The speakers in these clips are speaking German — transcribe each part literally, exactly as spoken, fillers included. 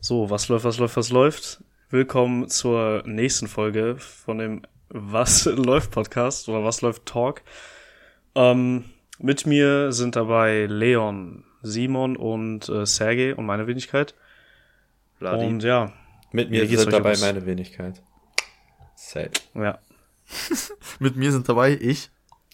So, was läuft, was läuft, was läuft? Willkommen zur nächsten Folge von dem Was läuft Podcast oder Was läuft Talk. Ähm, mit mir sind dabei Leon, Simon und äh, Sergej und meine Wenigkeit. Vladi. Und ja. Mit mir sind dabei aus? meine Wenigkeit. Safe. Ja. Mit mir sind dabei ich.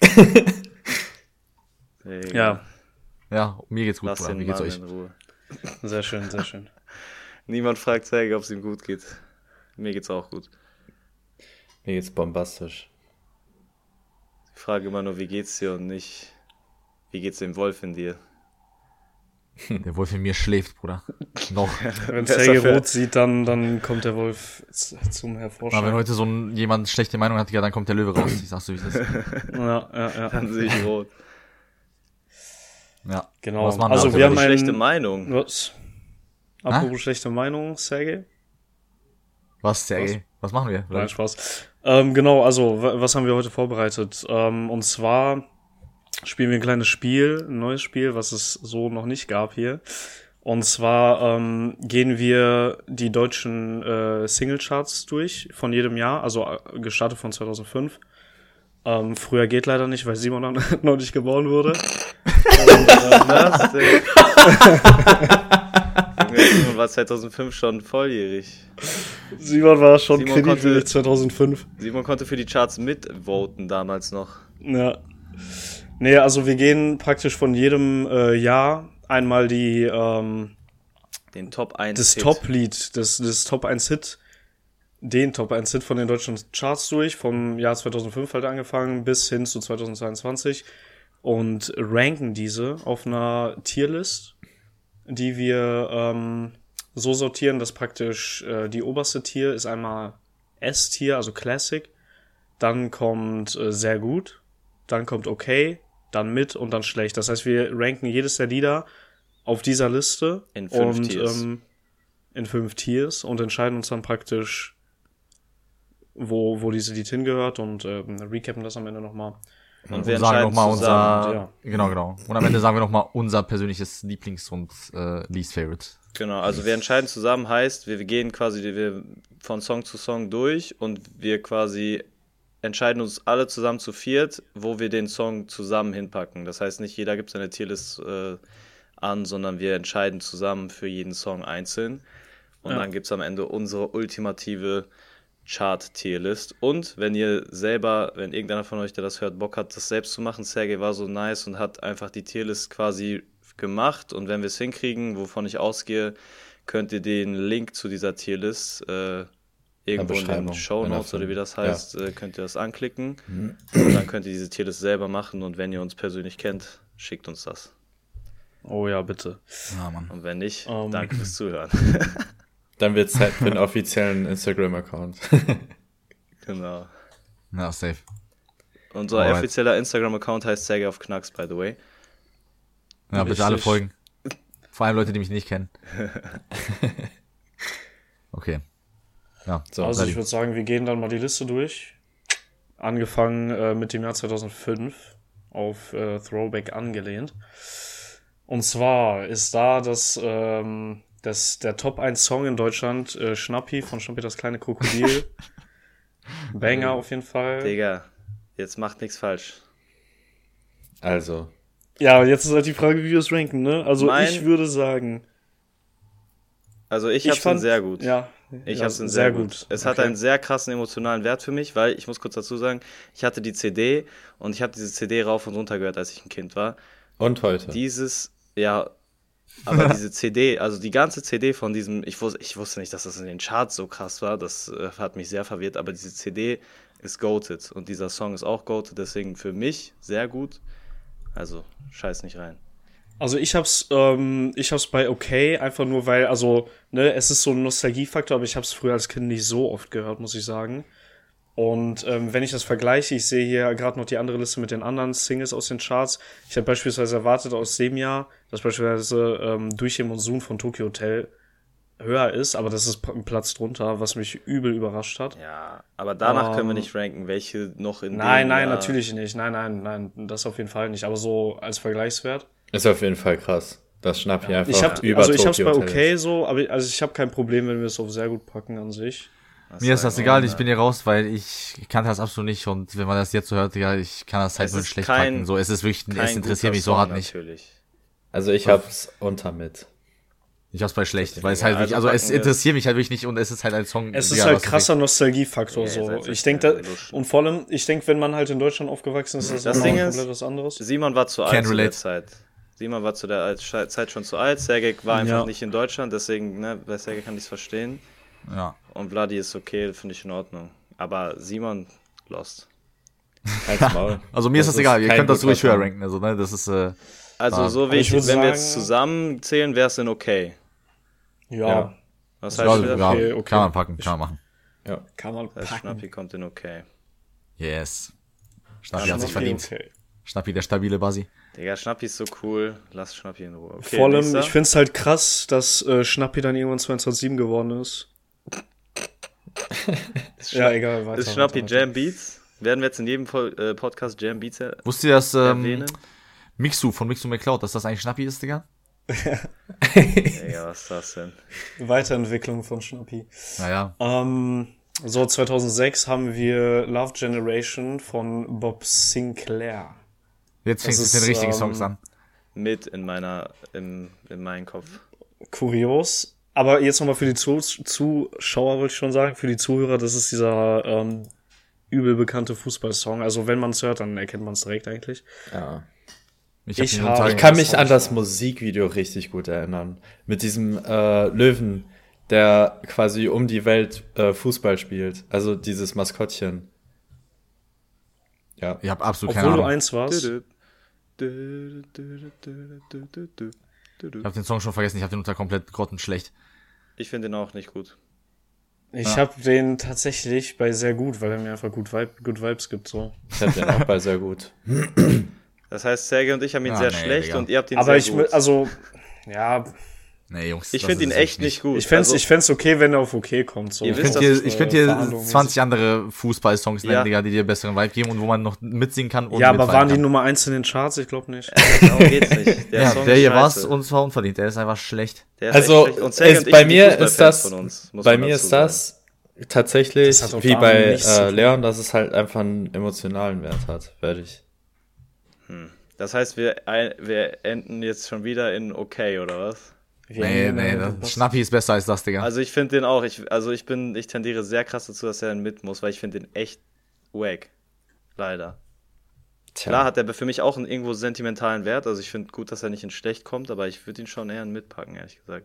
Hey, Ja. Ja, mir geht's gut, Lass Bruder. den Wie geht's Mann euch? in Ruhe. Sehr schön, sehr schön. Niemand fragt Sergej, ob es ihm gut geht. Mir geht's auch gut. Mir geht's bombastisch. Ich frage immer nur, wie geht's dir und nicht, wie geht's dem Wolf in dir? Der Wolf in mir schläft, Bruder. Noch. Wenn Besser Sergej für- rot sieht, dann, dann kommt der Wolf z- zum Na, Hervorschein. wenn heute so ein, jemand schlechte Meinung hat, ja, dann kommt der Löwe raus. Ich sag's so, wie es ist. Ja, ja, ja. Dann sehe ich rot. Ja. Genau. Was machen Also wir wir Aber haben die schlechte ein... Meinung. Was? Apropos schlechte Meinung, Sergej? Was, Sergej? Was machen wir? Nein, Spaß. Ähm, genau, also, w- was haben wir heute vorbereitet? Ähm, und zwar spielen wir ein kleines Spiel, ein neues Spiel, was es so noch nicht gab hier. Und zwar ähm, gehen wir die deutschen äh, Singlecharts durch von jedem Jahr, also äh, gestartet von zweitausendfünf. Ähm, früher geht leider nicht, weil Simon dann noch nicht geboren wurde. Und, ähm, Was denn? Simon war zweitausendfünf schon volljährig. Simon war schon Simon kreditwürdig konnte- zweitausendfünf. Simon konnte für die Charts mitvoten damals noch. Ja. Nee, also wir gehen praktisch von jedem äh, Jahr einmal die ähm, Den Top eins das Hit. Top-Lied, das, das Top eins Hit, den Top eins Hit von den deutschen Charts durch, vom Jahr zweitausendfünf halt angefangen bis hin zu zweitausendzweiundzwanzig und ranken diese auf einer Tierlist, die wir ähm, so sortieren, dass praktisch äh, die oberste Tier ist einmal S-Tier, also Classic, dann kommt äh, sehr gut, dann kommt okay, dann mit und dann schlecht. Das heißt, wir ranken jedes der Lieder auf dieser Liste In fünf und Tiers. Ähm, in fünf Tiers und entscheiden uns dann praktisch, wo wo diese Lied hingehört und ähm, recappen das am Ende nochmal. Und Und wir sagen entscheiden nochmal zusammen. unser, ja. genau, genau. Und am Ende sagen wir nochmal unser persönliches Lieblings- und äh, Least Favorite. Genau, also wir entscheiden zusammen heißt, wir, wir gehen quasi wir von Song zu Song durch und wir quasi entscheiden uns alle zusammen zu viert, wo wir den Song zusammen hinpacken. Das heißt, nicht jeder gibt seine Tierlist äh, an, sondern wir entscheiden zusammen für jeden Song einzeln. Und Ja. dann gibt's am Ende unsere ultimative Chart-Tierlist. Und wenn ihr selber, wenn irgendeiner von euch, der das hört, Bock hat, das selbst zu machen, Sergej war so nice und hat einfach die Tierlist quasi gemacht. Und wenn wir es hinkriegen, wovon ich ausgehe, könnt ihr den Link zu dieser Tierlist äh, irgendwo in den Beschreibung, Show Notes einer oder wie das von- heißt, äh, könnt ihr das anklicken. Und dann könnt ihr diese Tierlist selber machen. Und wenn ihr uns persönlich kennt, schickt uns das. Oh ja, bitte. Ja, Mann. Und wenn nicht, Ähm. danke fürs Zuhören. Dann wird's Zeit für einen offiziellen Instagram-Account. Genau. Ja, safe. Unser Alright. offizieller Instagram-Account heißt Sergej auf Knacks, by the way. Ja, bitte alle Richtig. folgen. Vor allem Leute, die mich nicht kennen. Okay. Ja, So, Also ich ready. würde sagen, wir gehen dann mal die Liste durch. Angefangen äh, mit dem Jahr zweitausendfünf auf äh, Throwback angelehnt. Und zwar ist da das, ähm, das der Top eins Song in Deutschland, äh, Schnappi von Schnappi das kleine Krokodil. Banger auf jeden Fall. Digga, jetzt macht nichts falsch. Also, Ja, jetzt ist halt die Frage, wie wir es ranken, ne? Also Mein- ich würde sagen, Also ich, ich hab's fand in sehr gut. Ja, Ich ja, hab's in sehr, gut. Es hat Okay. einen sehr krassen emotionalen Wert für mich, weil, ich muss kurz dazu sagen, ich hatte die C D und ich habe diese C D rauf und runter gehört, als ich ein Kind war. und heute. Dieses, ja, aber diese C D, also die ganze C D von diesem, ich wusste, ich wusste nicht, dass das in den Charts so krass war, das äh, hat mich sehr verwirrt, aber diese C D ist goated und dieser Song ist auch goated, deswegen für mich sehr gut. Also, scheiß nicht rein. Also ich hab's, ähm, ich hab's bei okay, einfach nur weil, also, ne, es ist so ein Nostalgiefaktor, aber ich hab's früher als Kind nicht so oft gehört, muss ich sagen. Und ähm, wenn ich das vergleiche, ich sehe hier gerade noch die andere Liste mit den anderen Singles aus den Charts. Ich habe beispielsweise erwartet aus dem Jahr, dass beispielsweise ähm, Durch den Monsun von Tokyo Hotel höher ist, aber das ist ein Platz drunter, was mich übel überrascht hat. Ja, aber danach können wir Ähm, nicht ranken, welche noch in Nein, dem nein, Jahr- natürlich nicht. Nein, nein, nein, das auf jeden Fall nicht. Aber so als Vergleichswert. Ist auf jeden Fall krass. Das Schnappi einfach Ich hab, über also ich hab's Tokyo bei Hotel okay ist. so, aber also ich habe kein Problem, wenn wir es auf sehr gut packen an sich. Mir ist das egal, ich bin hier raus, weil ich kann das absolut nicht und wenn man das jetzt so hört, ja, ich kann das halt Es nur ist schlecht kein- packen. So, es ist wirklich, Kein es interessiert guter mich so Song, hart nicht. Natürlich. Also ich hab's unter mit. Ich hab's bei schlecht, ist weil es egal. halt wirklich, Also also es packen wir es. interessiert mich halt wirklich nicht und es ist halt ein Song. Es ist ja, halt was krasser Nostalgiefaktor Ja, ihr so. seid so Ich denke, schnell da, geluschen. und vor allem, ich denke, wenn man halt in Deutschland aufgewachsen ist, ist das, Das immer Ding noch ist- komplett was anderes. Simon war zu Can't alt zu der relate. Zeit. Simon war zu der Al- Sche- Zeit schon zu alt. Sergej war einfach Ja. nicht in Deutschland, deswegen, ne, bei Sergej kann ich es verstehen. Ja. Und Vladi ist okay, finde ich in Ordnung. Aber Simon, lost. Halt's Maul. Also mir ist Das das egal, ihr kein könnt das guter ruhig höher Song. ranken, also, ne, das ist, äh, Also Ah. so Aber wie ich ich, würd wenn wir sagen- jetzt zusammenzählen, wäre es in okay. Ja, Ja. Was ja, heißt okay, das? ja, okay. kann man packen, kann man machen. Ja. kann man Das packen. Schnappi kommt in okay. Yes. Schnappi hat sich Schnappi, verdient. okay. Schnappi, der stabile Basi. Digga, Schnappi ist so cool. Lass Schnappi in Ruhe. Okay, Vor allem, nächster. ich find's halt krass, dass äh, Schnappi dann irgendwann zweiundzwanzig sieben geworden ist. Ist Ja, Schna- egal, weiter. Ist Schnappi weiter, weiter. Jam Beats? Werden wir jetzt in jedem Pol- äh, Podcast Jam Beats er Wusstet ihr, dass, ähm, erwähnen? Mixu von Mixu McCloud, dass das eigentlich Schnappi ist, Digga? Digga, was ist das denn? Weiterentwicklung von Schnappi. Naja. Ähm, so, zweitausendsechs haben wir Love Generation von Bob Sinclair. Jetzt fängt Das es mit den ist, richtigen ähm, Songs an. Mit in meiner, im, in meinem Kopf. Kurios. Aber jetzt nochmal für die Zu Zuschauer, wollte ich schon sagen, für die Zuhörer, das ist dieser ähm, übel bekannte Fußballsong. Also wenn man es hört, dann erkennt man es direkt eigentlich. Ja. Ich, ich hab habe- hab Ich Ja, kann das mich hab an ich das schon. Musikvideo richtig gut erinnern. Mit diesem äh, Löwen, der quasi um die Welt äh, Fußball spielt. Also dieses Maskottchen. Ja. ich hab absolut Obwohl keine du Ahnung. eins warst. Ich hab den Song schon vergessen, ich hab den unter komplett grottenschlecht. Ich finde ihn auch nicht gut. Ich Ja. habe den tatsächlich bei sehr gut, weil er mir einfach gut, Vibe, good Vibes gibt. So. Ich hab den auch bei sehr gut. Das heißt, Sergej und ich haben ihn Ah, sehr nee, schlecht Digga. und ihr habt ihn Aber sehr ich, gut. also, ja, Nee, Jungs. ich das finde ist ihn es echt nicht gut. ich fänd's, Also, ich fänd's okay, wenn er auf okay kommt. So. Ihr Ich wisst, könnte dass dir, ich könnte dir Verhandlungen zwanzig andere Fußball-Songs nennen, Ja. Digga, die dir besseren Vibe geben und wo man noch mitsingen kann und Ja, aber mitfeiern waren die kann. Nummer eins in den Charts? Ich glaube nicht. darum geht's nicht. Der Ja, Song der ist hier war's scheiße. und zwar unverdient. Der ist einfach schlecht. Der ist Also, echt schlecht. Und Sergej es, und ich bei sind die mir ist Fußballfans das, von uns, muss bei man mir dazu ist sagen. das tatsächlich, Das hat auch wie damit bei nichts zu äh, tun. Leon, dass es halt einfach einen emotionalen Wert hat, werde ich. Das heißt, wir, ein, wir enden jetzt schon wieder in okay, oder was? Nee, nee, das Schnappi ist besser als das, Digga. Also ich finde den auch, ich, also ich bin, ich tendiere sehr krass dazu, dass er dann mit muss, weil ich finde den echt wack. Leider. Tja. Klar hat er für mich auch einen irgendwo sentimentalen Wert, also ich finde gut, dass er nicht in schlecht kommt, aber ich würde ihn schon eher in mitpacken, ehrlich gesagt.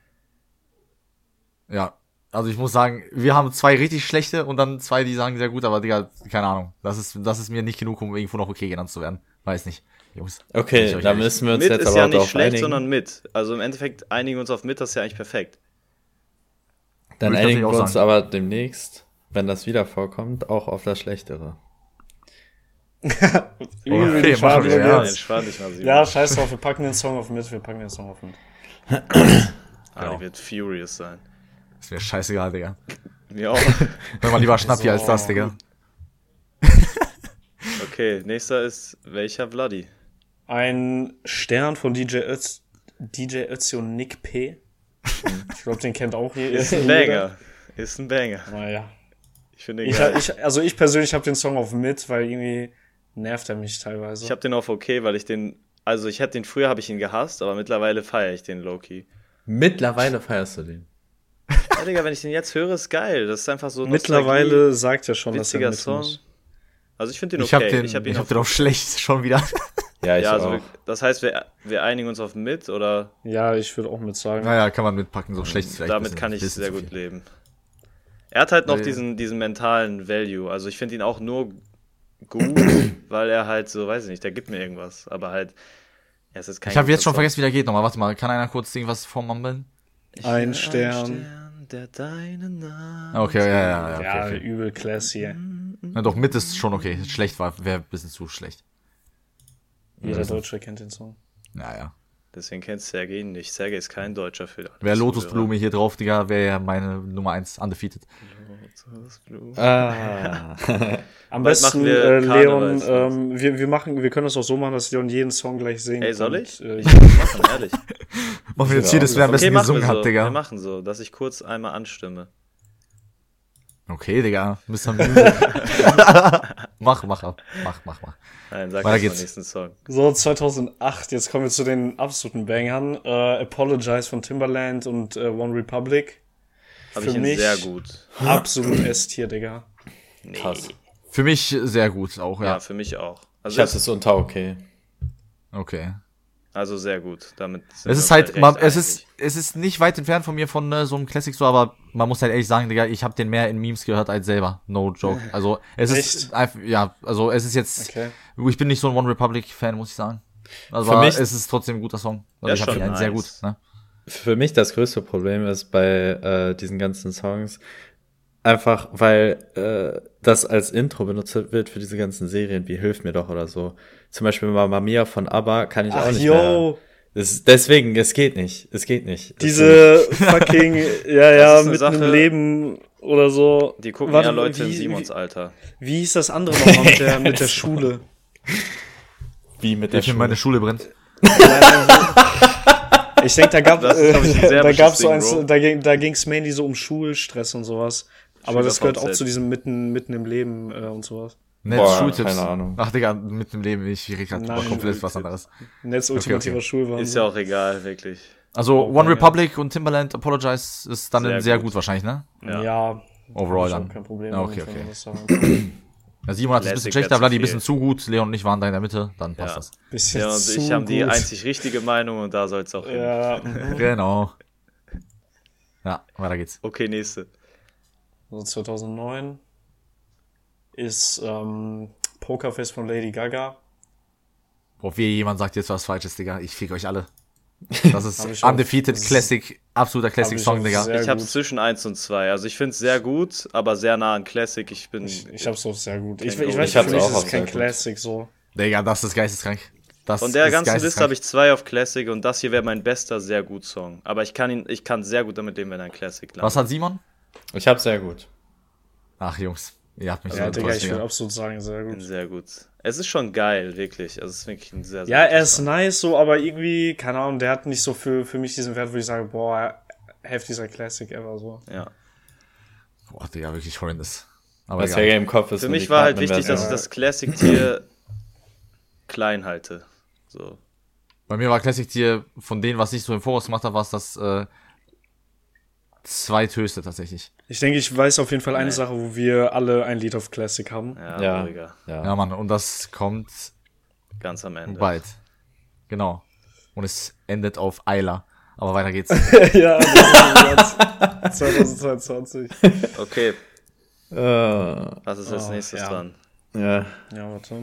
Ja. Also ich muss sagen, wir haben zwei richtig schlechte und dann zwei, die sagen sehr gut, aber Digga, keine Ahnung. Das ist, das ist mir nicht genug, um irgendwo noch okay genannt zu werden. Weiß nicht. Jungs. Okay, Bin ich euch da ehrlich. müssen wir uns Mit jetzt ist aber ja auch nicht darauf schlecht, einigen. sondern mit. Also im Endeffekt einigen wir uns auf mit, das ist ja eigentlich perfekt. Dann Würde ich einigen wir tatsächlich auch uns sagen. aber demnächst, wenn das wieder vorkommt, auch auf das Schlechtere. Übel die machen wir, Verhandlung ja. jetzt. Entspann dich mal, Simon. Ja, scheiß drauf, wir packen den Song auf mit, wir packen den Song auf mit. Ali wird furious sein. Ist mir scheißegal, Digga. Mir auch. Wenn man lieber Schnappi So. als das, Digga. Okay, nächster ist welcher Vladi? Ein Stern von D J Ötz, D J Ötzi und Nick P. Ich glaube, den kennt auch jeder. Ist ein Banger. Ist ein Banger. Naja. Ich finde den Ich, geil. ich, also ich persönlich habe den Song auf mit, weil irgendwie nervt er mich teilweise. Ich habe den auf okay, weil ich den, also ich hätte den, früher habe ich ihn gehasst, aber mittlerweile feiere ich den Low-Key. Mittlerweile feierst du den. Ja, Digga, wenn ich den jetzt höre, ist geil. Das ist einfach so Mittlerweile sagt er schon, Nostalgie, dass er witziger mit Song. muss. Also ich finde den Ich okay. hab den, ich ich habe ihn hab auf, den auf schlecht schon wieder. Ja, ich ja, also auch. wir, das heißt, wir, wir einigen uns auf mit oder Ja, ich würde auch mit sagen. Naja, kann man mitpacken, so schlecht ist vielleicht. ein damit bisschen- kann ich bisschen sehr zu gut viel. leben. Er hat halt noch Weil- diesen, diesen mentalen Value. Also ich finde ihn auch nur gut, weil er halt so, weiß ich nicht, der gibt mir irgendwas. Aber halt, er ist jetzt kein Ich habe jetzt guter schon Song. vergessen, wie der geht nochmal. Warte mal, kann einer kurz irgendwas vormambeln? Ein Stern. der deinen Namen. Okay, ja, ja, ja. Okay, Ja, okay. übel classy. ey. Ja, doch, mit ist schon okay. Schlecht war, wäre ein bisschen zu schlecht. Jeder Deutsche kennt den Song. Naja. Deswegen kennt Sergej ihn nicht. Sergej ist kein Deutscher für alle Wäre Zuhörer. Lotusblume hier drauf, Digga, wäre ja meine Nummer eins undefeated. Ah. Am Bald besten, machen wir äh, Leon, Karnevals- ähm, wir, wir, machen, wir können das auch so machen, dass Leon jeden Song gleich singt. Ey, soll und, ich? Äh, Ich will das machen, ehrlich. Machen wir jetzt Ja. hier, das wer am Okay, besten machen wir gesungen so. hat, Wir Digga. machen so, dass ich kurz einmal anstimme. Okay, Digga. Mister Music. mach, mach, ab. mach, mach, mach. Nein, sag Weiter jetzt mal geht's. nächsten Song. So, zweitausendacht, jetzt kommen wir zu den absoluten Bangern. Äh, Apologize von Timbaland und äh, One Republic. Habe Für ich ihn mich sehr gut. absolut S-Tier, Digga. Nee. Krass. Für mich sehr gut auch, Ja, ja. für mich auch. Ich Also, hatte es unter okay. Okay. also sehr gut. Damit sind Es wir ist uns halt, recht man, es einig. ist, es ist nicht weit entfernt von mir von äh, so einem Classic so, aber man muss halt ehrlich sagen, Digga, ich habe den mehr in Memes gehört als selber. No joke. Also es ist Echt? einfach, ja, also es ist jetzt, Okay. ich bin nicht so ein One Republic Fan, muss ich sagen. Also Für aber mich- es ist trotzdem ein guter Song. Also Ja, ich habe schon ihn sehr gut. nice. Ne? Für mich das größte Problem ist bei äh, diesen ganzen Songs einfach, weil äh, das als Intro benutzt wird für diese ganzen Serien wie Hilf mir doch oder so. Zum Beispiel Mamma Mia von ABBA kann ich Ach, auch nicht yo. mehr. Das, deswegen, es geht nicht. Es geht nicht. Diese fucking, ja, ja, Das ist eine mitten im Sache- Leben oder so. Die gucken Warte, ja Leute in wie- Simons wie, Alter. wie hieß das andere nochmal mit der, mit der Schule? Wie mit der Ich finde, meine Schule. Schule brennt. Ich denke, da gab Das ist, glaub ich, ein äh, sehr da gab's so beschissener eins, Bro. da ging da ging's mainly so um Schulstress und sowas. Aber das gehört auch Schüler-V Z. zu diesem mitten mitten im Leben äh, und sowas. Netz, Boah, Schultipps. keine Ahnung. Ach, Digga, mit dem Leben, ich rede gerade über Nein, komplett was anderes. Netz ultimativer okay. Schulwahnsinn. Ist ja auch egal, wirklich. Also Okay, One ja. Republic und Timbaland Apologize ist dann Sehr sehr, gut. gut. wahrscheinlich, ne? Ja. Ja, Overall hab ich auch dann. kein Problem. Ja, okay, damit, wenn okay. man das sagen. Ja, Simon hat es ein bisschen Classic schlechter, wär zu Vladi ein viel. bisschen zu gut, Leon und ich waren da in der Mitte, dann passt Ja. das. Bisschen Ja, und zu ich habe die gut. einzig richtige Meinung und da soll es auch hin. Ja, Genau. Ja, weiter geht's. Okay, nächste. so zweitausendneun ist ähm, Pokerface von Lady Gaga. Boah, wie jemand sagt jetzt was Falsches, Digga. Ich fick euch alle. Das ist Hab ich auch- Undefeated das- Classic, absoluter hab Classic ich Song, auch Digga. sehr Ich habe gut. zwischen eins und zwei. Also ich finde es sehr gut, aber sehr nah an Classic. Ich bin. Ich, ich hab's auch sehr gut. Ich, Kein ich Go. weiß Ich nicht, für hab's mich auch ist es auf kein sehr gut. Classic so. Digga, das ist geisteskrank. Das Von der ist ganzen geisteskrank. Liste habe ich zwei auf Classic und das hier wäre mein bester, sehr gut Song. Aber ich kann ihn, ich kann sehr gut damit leben, wenn er ein Classic landet. Was hat Simon? Ich hab's sehr gut. Ach, Jungs. Ihr habt mich Ja, so Digga, enttäuscht, ich würde Digga. absolut sagen, sehr gut. Sehr gut. Es ist schon geil, wirklich. Also es ist wirklich ein sehr, sehr Ja, guter er ist Song. nice so, aber irgendwie, keine Ahnung, der hat nicht so für, für mich diesen Wert, wo ich sage, boah, heftigster Classic ever so. Ja. Boah, Digga, wirklich horrendous. Aber Was egal. Helge im Kopf ist. Für und mich die war halt Cartman wichtig, dass ich werden. das Classic-Tier klein halte. So. Bei mir war Classic Tier von denen, was ich so im Voraus gemacht habe, war es das äh, zweithöchste tatsächlich. Ich denke, ich weiß auf jeden Fall eine Nee. Sache, wo wir alle ein Lied auf Classic haben. Ja, Ja, ruhiger. Ja, ja. Mann, und das kommt Ganz am Ende. bald. Genau. Und es endet auf Eiler. Aber weiter geht's. Ja, das ist zwanzig zweiundzwanzig. Okay, Äh, was ist als Oh, nächstes ja. dran? ja. Ja, warte.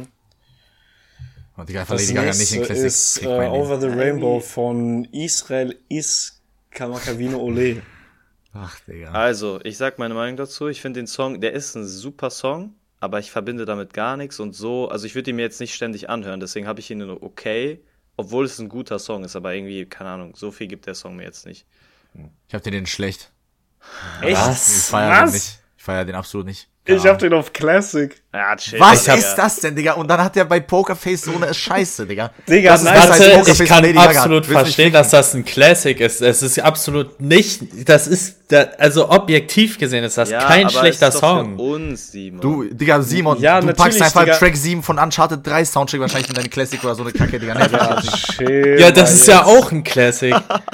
Und die Lady Das Gaga nicht in nächste Classic. ist kriegt äh, mein Ding. Over the Rainbow von Israel Is Kamakavino Ole. Ach, Digga. Also, ich sag meine Meinung dazu. Ich finde den Song, der ist ein super Song, aber ich verbinde damit gar nichts und so. Also, ich würde ihn mir jetzt nicht ständig anhören, deswegen habe ich ihn nur okay, obwohl es ein guter Song ist, aber irgendwie, keine Ahnung, so viel gibt der Song mir jetzt nicht. Ich hab den den schlecht. Echt? Ich Was? feier den Was? nicht. Ich feier den absolut nicht. Ich hab den auf Classic. Ja, chill, Was Digga. ist das denn, Digga? Und dann hat der bei Pokerface so eine Scheiße, Digga. Digga, Das ist nein, besser als Warte, Pokerface ich von kann Lady Gaga. absolut Willst du mich verstehen, ficken? dass das ein Classic ist. Es ist absolut nicht, das ist, da, also objektiv gesehen ist das Ja, kein aber schlechter es ist doch Song. Für uns, Simon. Du, Digga, Simon, Ja, du packst natürlich, einfach Digga. Track sieben von Uncharted drei Soundtrack wahrscheinlich in deine Classic oder so eine Kacke, Digga. Nee, Ja, chill Ja, das mal ist ja jetzt. auch ein Classic.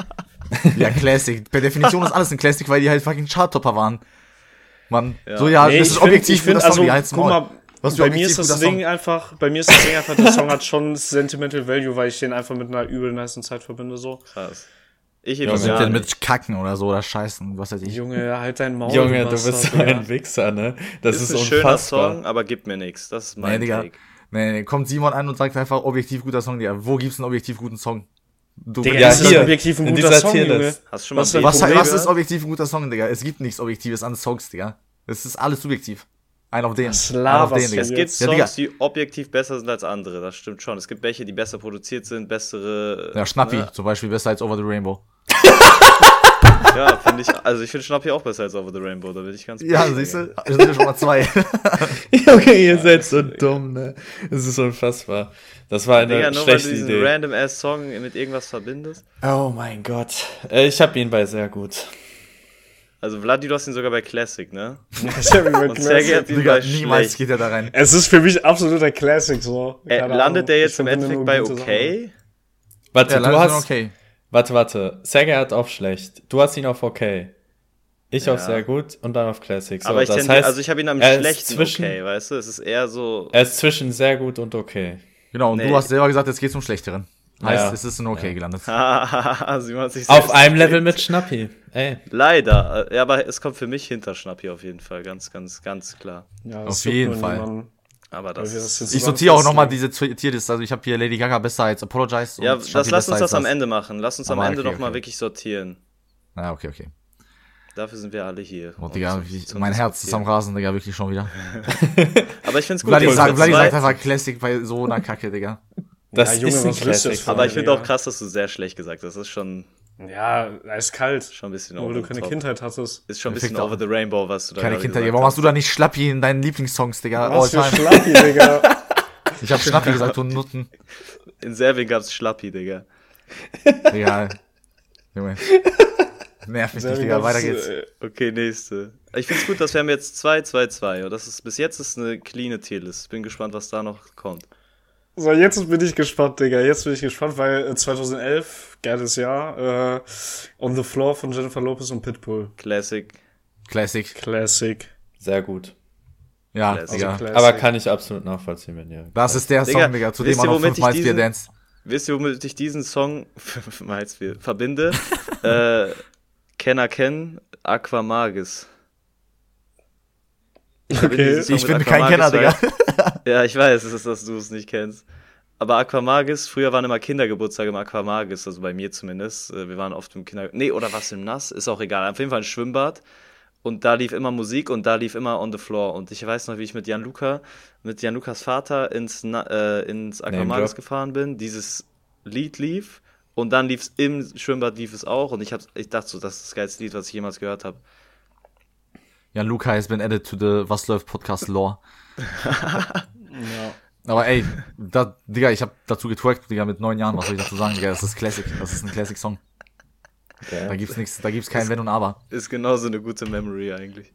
ja, Classic. Per Definition ist alles ein Classic, weil die halt fucking Charttopper waren. Mann, Ja. so ja, Nee, das ich ist find- objektiv ich find, guter Song, also, die halt's guck Maul. mal, Was für bei mir objektiv ist das guter Ding Song. einfach, bei mir ist das Ding einfach, der Song hat schon Sentimental Value, weil ich den einfach mit einer übel nicen Zeit verbinde, so. Krass. Ich Junge. eben Was sind gar denn nicht. mit Kacken oder so oder Scheißen, was weiß ich. Junge, halt dein Maul. Junge, du Bastard, bist so Digga. ein Wichser, ne? Das ist ist, ein schöner unfassbar. Song, aber gibt mir nichts. Das ist Nee, mein Digga. Take. Nee, nee, kommt Simon an und sagt einfach objektiv guter Song, Digga. Wo gibt's einen objektiv guten Song? Du, Digga, Ja, das ist hier, objektiv ein in guter dieser Song, Tierlist. Junge. Hast du schon mal Was ein denn? was, Problem was ist gehört? objektiv ein guter Song, Digga? Es gibt nichts Objektives an Songs, Digga. Es ist alles subjektiv. Ein auf den. Was Ein auf laberst den, du Digga. Es gibt Ja, Digga. Songs, die objektiv besser sind als andere, das stimmt schon. Es gibt welche, die besser produziert sind, bessere... Ja, Schnappi Ne? zum Beispiel besser als Over the Rainbow. Ja, finde ich, also ich finde Schnappi auch besser als Over the Rainbow, da bin ich ganz Ja, bei dir. siehst du, das sind ja schon mal zwei. Okay, ihr seid so dumm, ne? Das ist unfassbar. Das war eine Digga, nur weil du schlechte diesen Idee. random-ass-Song mit irgendwas verbindest. Oh mein Gott. Äh, Ich habe ihn bei sehr gut. Also Vladi, du hast ihn sogar bei Classic, ne? Ich hab ihn bei Und Sergei Classic. hat ihn Digga, bei niemals schlecht. geht er da rein. Es ist für mich absoluter Classic, so. Äh, Keine landet Ahnung. der Ich jetzt im verbinde Endeffekt nur bei gute Sachen. okay? Warte, Ja, du langsam hast. okay. Warte, warte. Sergei hat auf schlecht. Du hast ihn auf okay. Ich auf Ja. sehr gut und dann auf Classic. So, Aber ich das tendiere, heißt, also ich habe ihn am er ist schlechten zwischen- okay, weißt du? Es ist eher so, er ist zwischen sehr gut und okay. Genau, und Nee. du hast selber gesagt, jetzt geht's um Schlechteren. Heißt, Ja. es ist ein Okay gelandet. hahaha, Simon hat sich Auf selbst einem Level gekriegt. mit Schnappi. Ey. Leider, ja, aber es kommt für mich hinter Schnappi auf jeden Fall, ganz, ganz, ganz klar. Ja, Auf das juckt jeden nur Fall. niemanden, Aber weil das wir das ist, jetzt Ich zusammen sortiere auch nochmal festlegen. diese Tierliste. Also ich habe hier Lady Gaga besser als Apologize. ja, und das, Shanti lass uns besser das als am Ende machen. Lass uns am Aber Ende okay, nochmal okay. wirklich sortieren. Ja, okay, okay. Dafür sind wir alle hier. Oh, um Digga, zu- wie, zu mein Herz ist am diskutieren. Rasen, Digga, wirklich schon wieder. Aber ich find's gut. Vladi dass sagt, wir Vladi zwei- sagt einfach Classic bei so einer Kacke, Digga. Das Ja, Junge, ist ein was willst du jetzt Classic. von aber mir, ich finde auch Digga? krass, dass du sehr schlecht gesagt hast. Das ist schon, Ja, eiskalt. schon ein bisschen Nur weil over du the keine top. Kindheit hattest. Ist schon ein bisschen Fick doch. over the rainbow, was du da Keine gerade Kindheit. gesagt Warum hast du hast. da nicht Schlappi in deinen Lieblingssongs, Digga? All Was für time. Schlappi, Digga. Ich hab Schnappi gesagt, du Nutten. In Serbien gab's Schlappi, Digga. Digga. Junge. Nerv mich nicht, Digga. Weiter geht's. Äh, Okay, nächste. Ich find's gut, dass wir haben jetzt zwei, zwei, zwei. Und das ist, bis jetzt ist eine cleane Tierlist. Bin gespannt, was da noch kommt. So, jetzt bin ich gespannt, Digga. Jetzt bin ich gespannt, weil äh, zweitausendelf, geiles Jahr, äh, On the Floor von Jennifer Lopez und Pitbull. Classic. Classic. Classic. Sehr gut. Ja, Also Digga. Classic. Aber kann ich absolut nachvollziehen, wenn ihr. Das ist der Song, Digga, Digga, zu wisst dem man ihr, noch womit fünfmal ich Spear diesen- dance. Wisst ihr, womit ich diesen Song fünfmal Spear verbinde? äh, Kenner Ken, Aquamagis. Ich verbinde Okay. diesen Song Ich mit bin kein Aquamagis, Kenner, weil- Digga. Ja, ich weiß, es ist, dass du es nicht kennst. Aber Aquamagis, früher waren immer Kindergeburtstage im Aquamagis, also bei mir zumindest. Äh, Wir waren oft im Kinder... Nee, oder was im Nass, ist auch egal. Auf jeden Fall ein Schwimmbad. Und da lief immer Musik und da lief immer On the Floor. Und ich weiß noch, wie ich mit Gianluca, mit Gianlucas Vater ins, Na äh, ins Aquamagis Drop. gefahren bin. Dieses Lied lief und dann lief es im Schwimmbad, lief es auch. Und ich, hab, ich dachte so, das ist das geilste Lied, was ich jemals gehört habe. Ja, Luca has been added to the Was läuft Podcast Lore. Ja. Aber ey, da, Digga, ich hab dazu getwerkt, Digga, mit neun Jahren. Was soll ich dazu sagen, Digga? Das ist Classic. Das ist ein Classic-Song. Ja. Da gibt's nichts, da gibt's kein Wenn und Aber. Ist genauso eine gute Memory eigentlich.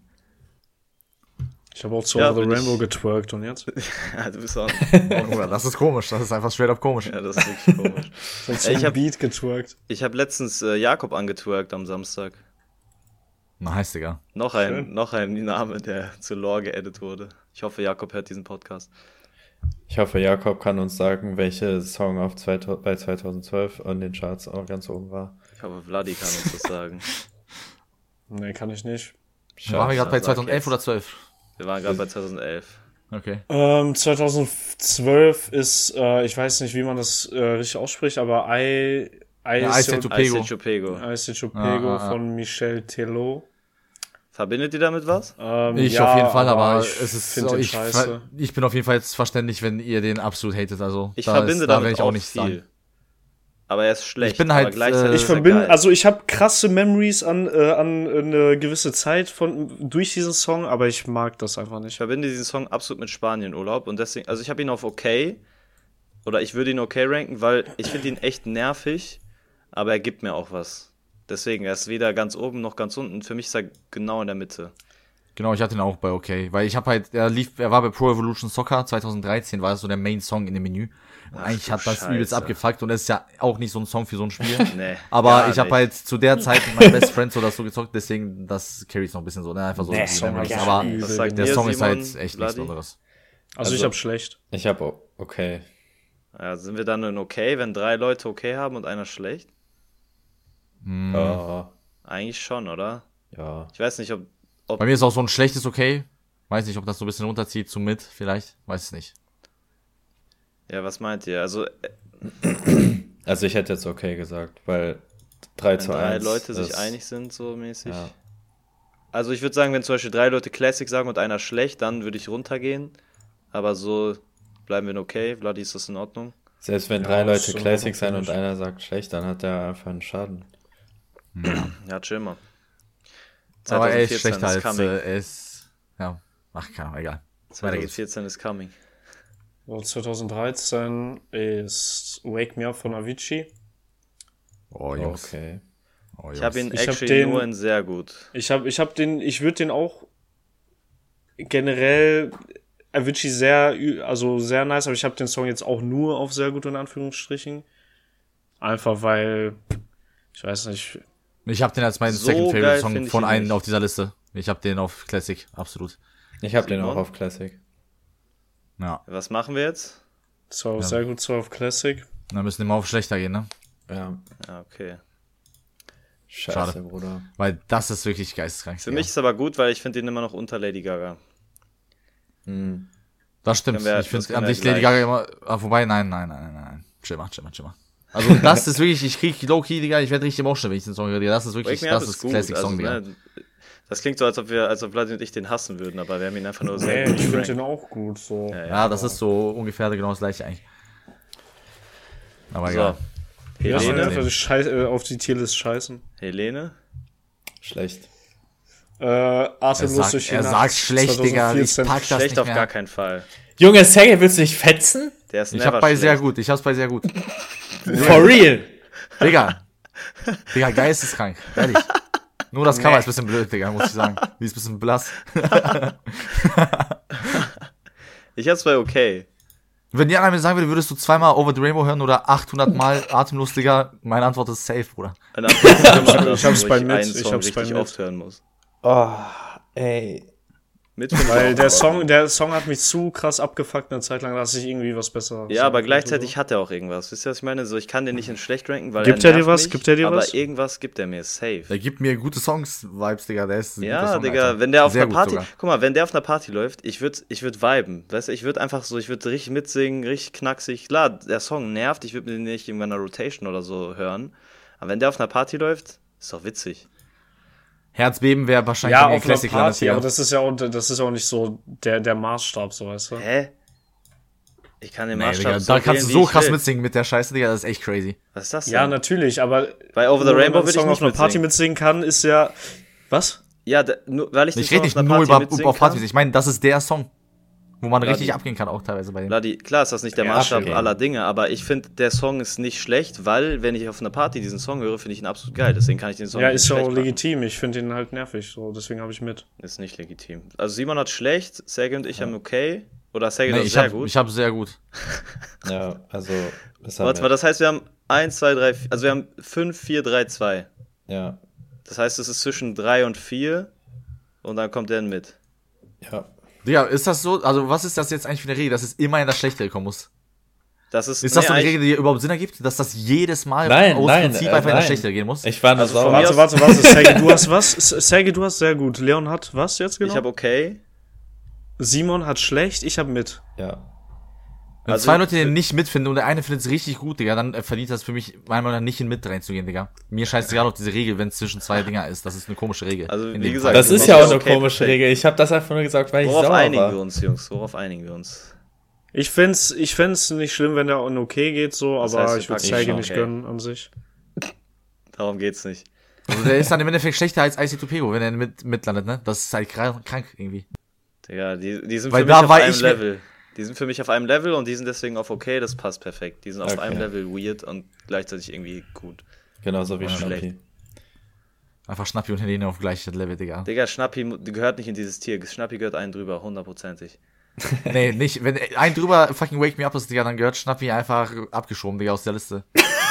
Ich habe auch zu Ja, Over the bin Rainbow ich- getwerkt und jetzt? Ja, du bist auch... Oh, Bruder, das ist komisch. Das ist einfach straight up komisch. Ja, das ist wirklich komisch. Sonst Ey, ich zum hab- Beat getwerkt. Ich habe letztens äh, Jakob angetwerkt am Samstag. Nice, Digga. Noch ein, Schön. noch ein Name, der zu Lore geedit wurde. Ich hoffe, Jakob hört diesen Podcast. Ich hoffe, Jakob kann uns sagen, welche Song auf zweitausend, bei zweitausendzwölf an den Charts auch ganz oben war. Ich hoffe, Vladi kann uns das sagen. Nee, kann ich nicht. Waren wir gerade bei sag zweitausendelf jetzt. oder zwölf? Wir waren gerade bei zweitausendelf. Okay. Ähm, zweitausendzwölf ist, äh, ich weiß nicht, wie man das äh, richtig ausspricht, aber I, I, Ja, I Say to Pego. Ice Chupego. I Say to Ah, Pego ah, ah. von Michel Telot. Verbindet ihr damit was? Ähm, Ich ja, auf jeden Fall, aber, ich es ist find so, den ich, scheiße. ich bin auf jeden Fall jetzt verständlich, wenn ihr den absolut hatet. Also Ich da verbinde ist, da damit werd ich auch, auch nicht viel. sagen. Aber er ist schlecht. Ich bin halt, aber gleichzeitig äh, Ich ist er verbinde, geil. also ich habe krasse Memories an, äh, an eine gewisse Zeit von durch diesen Song, aber ich mag das einfach Ich nicht. verbinde diesen Song absolut mit Spanien-Urlaub und deswegen, also ich habe ihn auf okay, oder ich würde ihn okay ranken, weil ich finde ihn echt nervig, aber er gibt mir auch was. Deswegen, er ist weder ganz oben noch ganz unten. Für mich ist er genau in der Mitte. Genau, ich hatte ihn auch bei okay, weil ich habe halt, er lief, er war bei Pro Evolution Soccer zweitausenddreizehn, war das so der Main Song in dem Menü. Und Ach eigentlich du hat das Scheiße. übelst abgefuckt und es ist ja auch nicht so ein Song für so ein Spiel. Nee. Aber gar ich habe nicht. halt zu der Zeit mit meinen Best Friends oder so gezockt, deswegen das carries noch ein bisschen so, ne? Einfach so. Der die Song Memories. war Aber übel. Was sagt der ihr, Song ist Simon, halt echt nichts Vladi? Besonderes. Also, ich Also- habe schlecht. Ich habe okay. Ja, sind wir dann in okay, wenn drei Leute okay haben und einer schlecht? Hm. Ja. Eigentlich schon, oder? Ja. Ich weiß nicht, ob, ob Bei mir ist auch so ein schlechtes okay. Weiß nicht, ob das so ein bisschen runterzieht zu mit, vielleicht. Weiß es nicht. ja, was meint ihr? Also, äh, Also ich hätte jetzt okay gesagt, weil drei wenn zu drei eins Leute sich ist- einig sind, so mäßig. Ja. Also ich würde sagen, wenn zum Beispiel drei Leute Classic sagen und einer schlecht, dann würde ich runtergehen. Aber so bleiben wir in okay. Vladi, ist das in Ordnung? Selbst wenn Ja, drei das Leute ist Classic so sein und komisch. einer sagt schlecht, dann hat er einfach einen Schaden. Ja, chill mal. Aber er ist zweitausendvierzehn schlechter als, coming. äh, er ist, ja, ach, keine Ahnung, egal. Weiter geht's. zweitausendvierzehn ist coming. So, zweitausenddreizehn ist Wake Me Up von Avicii. Oh, Jungs. Okay. Oh, Jungs. Ich habe ihn Ich hab actually den- nur in sehr gut. Ich habe ich hab den, ich würde den auch generell Avicii sehr, ü- also sehr nice, aber ich habe den Song jetzt auch nur auf sehr gut in Anführungsstrichen. Einfach weil, ich weiß nicht, Ich habe den als meinen So Second geil Favorite Song find ich von ihn einem nicht. auf dieser Liste. Ich habe den auf Classic, absolut. Ich habe den Simon? auch auf Classic. Ja. Was machen wir jetzt? zwar Ja. sehr gut, zwar auf Classic. Dann müssen wir mal auf schlechter gehen, ne? Ja. Ja, okay. Scheiße, Schade. Bruder. Weil das ist wirklich geisteskrank. Für ja. mich ist aber gut, weil ich finde ihn immer noch unter Lady Gaga. Hm. Das stimmt. Können wir- ich das finde können an wir sich Lady gleich. Gaga immer. Ah, wobei, nein, nein, nein, nein, nein. Chill mal, chill mal, chill mal. Also das ist wirklich, ich krieg Low-Key, Digga, ich werde richtig emotional, wenn ich den Song höre, Digga. Das ist wirklich, Wake Me Up das ist ist gut. Classic Also, Song, Digga. ne, das klingt so, als ob wir, als ob Vladi und ich den hassen würden, aber wir haben ihn einfach nur sehr Nee, gut ich finde gerankt. den auch gut, so. Ja, Ja, das ist so ungefähr genau das gleiche eigentlich. Aber So. egal. Ja, Helene? einfach die Scheiß, äh, auf die Tierlist scheißen. Helene? Schlecht. Äh, Er atemlos sagt, durch die er Nacht, sagt schlecht, Digga. Ich zweitausendvierzehn. pack das Schlecht nicht auf mehr. gar keinen Fall. Junge, Sergej, willst du dich fetzen? Der ist Ich never hab bei schlecht. sehr gut, ich hab's bei sehr gut. For real. Digga. Digga, geisteskrank. Ehrlich. Nur das Cover ist ein bisschen blöd, Digga, muss ich sagen. Die ist ein bisschen blass. Ich hab's bei okay. Wenn dir einer mir sagen würde, würdest du zweimal Over the Rainbow hören oder achthundert Mal Atemlos, Digga, meine Antwort ist safe, Bruder. Eine andere Ich hab's wo bei ich mit, einen ich Song hab's bei richtig mit. oft hören muss. Oh, ey. Mit finde ich Weil auch der aber- Song, der Song hat mich zu krass abgefuckt eine Zeit lang, dass ich irgendwie was besser. Ja, aber gleichzeitig hat er auch irgendwas. Wisst ihr, was ich meine? So, ich kann den nicht in schlecht ranken, weil Gibt er er dir nervt was? mich, Gibt er dir aber was? irgendwas gibt er mir, safe. Der gibt mir gute Songs-Vibes, Digga, der ist ein guter Ja, Song, Digga, Alter. wenn der auf Sehr einer gut Party, sogar. guck mal, wenn der auf einer Party läuft, ich würd, ich würd viben, weißt du, ich würd einfach so, ich würd richtig mitsingen, richtig knacksig, klar, der Song nervt, ich würd mir den nicht in meiner Rotation oder so hören, aber wenn der auf einer Party läuft, ist doch witzig. Herzbeben wäre wahrscheinlich Ja, bei mir auf einer Classic gelandet, Party, Digga. aber das ist ja auch, das ist ja auch nicht so der, der Maßstab, so weißt du. Hä? Ich kann den Nee, Maßstab Digga, so da kannst du wählen, so wie ich krass will. mitsingen mit der Scheiße, Digga, das ist echt crazy. Was ist das denn? Ja, natürlich, aber Bei Over the nur, wenn Rainbow man würde ich einen Song nicht auf einer Party mitsingen. mitsingen kann, ist ja, was? Ja, da, nur, weil ich den Ich Song rede auf nicht einer nur Party über mitsingen auf Partys, kann. ich meine, das ist der Song, wo man Ja, richtig die- abgehen kann, auch teilweise bei dem. Vladi, klar ist das nicht der Ja, Maßstab okay. aller Dinge, aber ich finde, der Song ist nicht schlecht, weil, wenn ich auf einer Party diesen Song höre, finde ich ihn absolut geil. Deswegen kann ich den Song Ja, nicht ist ja schlecht auch machen. legitim. Ich finde ihn halt nervig, so, deswegen habe ich mit. Ist nicht legitim. Also Simon hat schlecht, Sergej und ich haben okay. Oder Sergej Nee, hat ich sehr hab, gut. ich hab sehr gut. Ja, also. Das haben Warte mal, wir. das heißt, wir haben eins, zwei, drei, vier, also wir haben fünf, vier, drei, zwei. Ja. Das heißt, es ist zwischen drei und vier und dann kommt der mit. Ja. Digga, ist das so, also was ist das jetzt eigentlich für eine Regel, dass es immer in das Schlechtere kommen muss? Das ist, Ist das nee, so eine eigentlich- Regel, die überhaupt Sinn ergibt, dass das jedes Mal Nein, aus nein, Prinzip äh, einfach in das nein. Schlechtere gehen muss? Ich war nur Also von sauer. mir Warte, warte, warte, Sergej, du hast was? Sergej, du hast sehr gut. Leon hat was jetzt genau? Ich habe okay. Simon hat schlecht, ich habe mit. Ja. Wenn also- zwei Leute den nicht mitfinden und der eine findet es richtig gut, Digga, dann äh, verdient das für mich meiner Meinung nach nicht in mit reinzugehen, Digga. Mir scheißegal auf diese Regel, wenn es zwischen zwei Dinger ist. Das ist eine komische Regel. Also, In wie dem gesagt, Fall. Das ist Ja, ja auch eine okay, komische perfekt. Regel. Ich habe das einfach nur gesagt, weil ich Worauf sauer einigen war. wir uns, Jungs? Worauf einigen wir uns? Ich find's, ich find's nicht schlimm, wenn der in okay geht, so, Das aber heißt, wir ich würde packen Sergej ihn nicht okay. gönnen an sich. Darum geht's nicht. Also der ist dann im Endeffekt schlechter als I C zwei Pego, wenn er mit, mitlandet, ne? Das ist halt krank, krank irgendwie. Digga, die, die sind Weil für mich da auf war einem ich- Level. Die sind für mich auf einem Level und die sind deswegen auf okay, das passt perfekt. Die sind auf Okay. einem Level weird und gleichzeitig irgendwie gut. Genauso wie Ja, Schnappi. schlecht. Einfach Schnappi und Helene auf gleichem Level, Digga. Digga, Schnappi mu- gehört nicht in dieses Tier. Schnappi gehört einen drüber, hundertprozentig. Nee, nicht, wenn ein drüber fucking Wake Me Up ist, Digga, dann gehört Schnappi einfach abgeschoben, Digga, aus der Liste.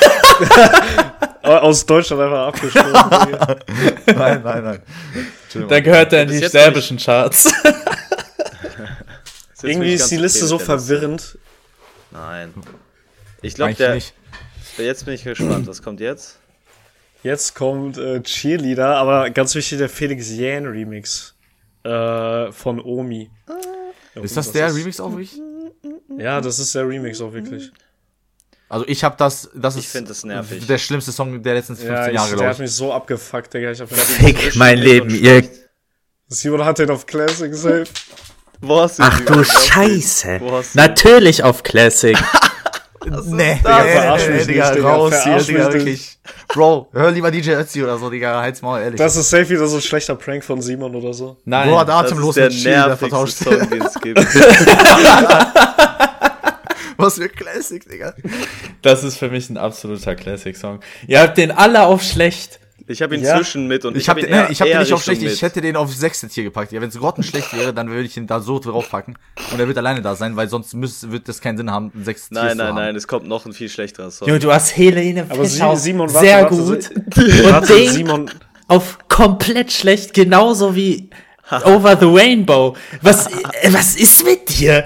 Aus Deutschland einfach abgeschoben. Digga. Nein, nein, nein. Da gehört er in Bis die jetzt serbischen Charts. Ist jetzt Irgendwie wirklich ist die ganz Liste okay so mit der Liste. verwirrend. Nein. Ich glaube, Eigentlich der. nicht. Jetzt bin ich gespannt. Was kommt jetzt? Jetzt kommt äh, Cheerleader, aber ganz wichtig, der Felix Jähn Remix äh, von Omi. Ja, Ist gut, das der Remix auch wirklich? Ja, das ist der Remix auch wirklich. Also ich hab das, das Ich ist find das nervig. der schlimmste Song der letzten fünfzehn Ja, ich, Jahre, der glaube hat ich. mich so abgefuckt, Digga. Ich hab Fick mein Leben, ihr. Simon hat den auf Classic safe. Wo hast du Ach die- du wo hast du die- Scheiße. Wo hast du die- Natürlich auf Classic. Nee, das? Digga, Verarsch nee, mich Digga, nicht, Digga, raus hier, verarsch Digga, mich nicht. wirklich. Bro, hör lieber D J Ötzi oder so, Digga, halt's Maul, ehrlich. Das ist safe wieder so ein schlechter Prank von Simon oder so. Nein, Bro hat Das atemlos ist der mit Shield, der nervigste vertauscht. Song, den es gibt. Was für Classic, Digga. das ist für mich ein absoluter Classic-Song. Ihr habt den alle auf schlecht. Ich habe ihn Ja. zwischen mit und Ich ich hab habe den, ihn ne, eher, ich hab den eher nicht auf Richtung schlecht, ich mit. hätte den auf sechste Tier gepackt. Ja, wenn es grottenschlecht wäre, dann würde ich ihn da so draufpacken. Und er wird alleine da sein, weil sonst müß, wird das keinen Sinn haben, ein sechstes Tier Nein, zu nein, haben. nein, es kommt noch ein viel schlechterer Song. Junge, du hast Helene Aber Fischer Sie- Simon, warte, sehr warte, gut. Sie- Und Warte, Ding Simon, auf komplett schlecht, genauso wie Over the Rainbow. Was, äh, was ist mit dir?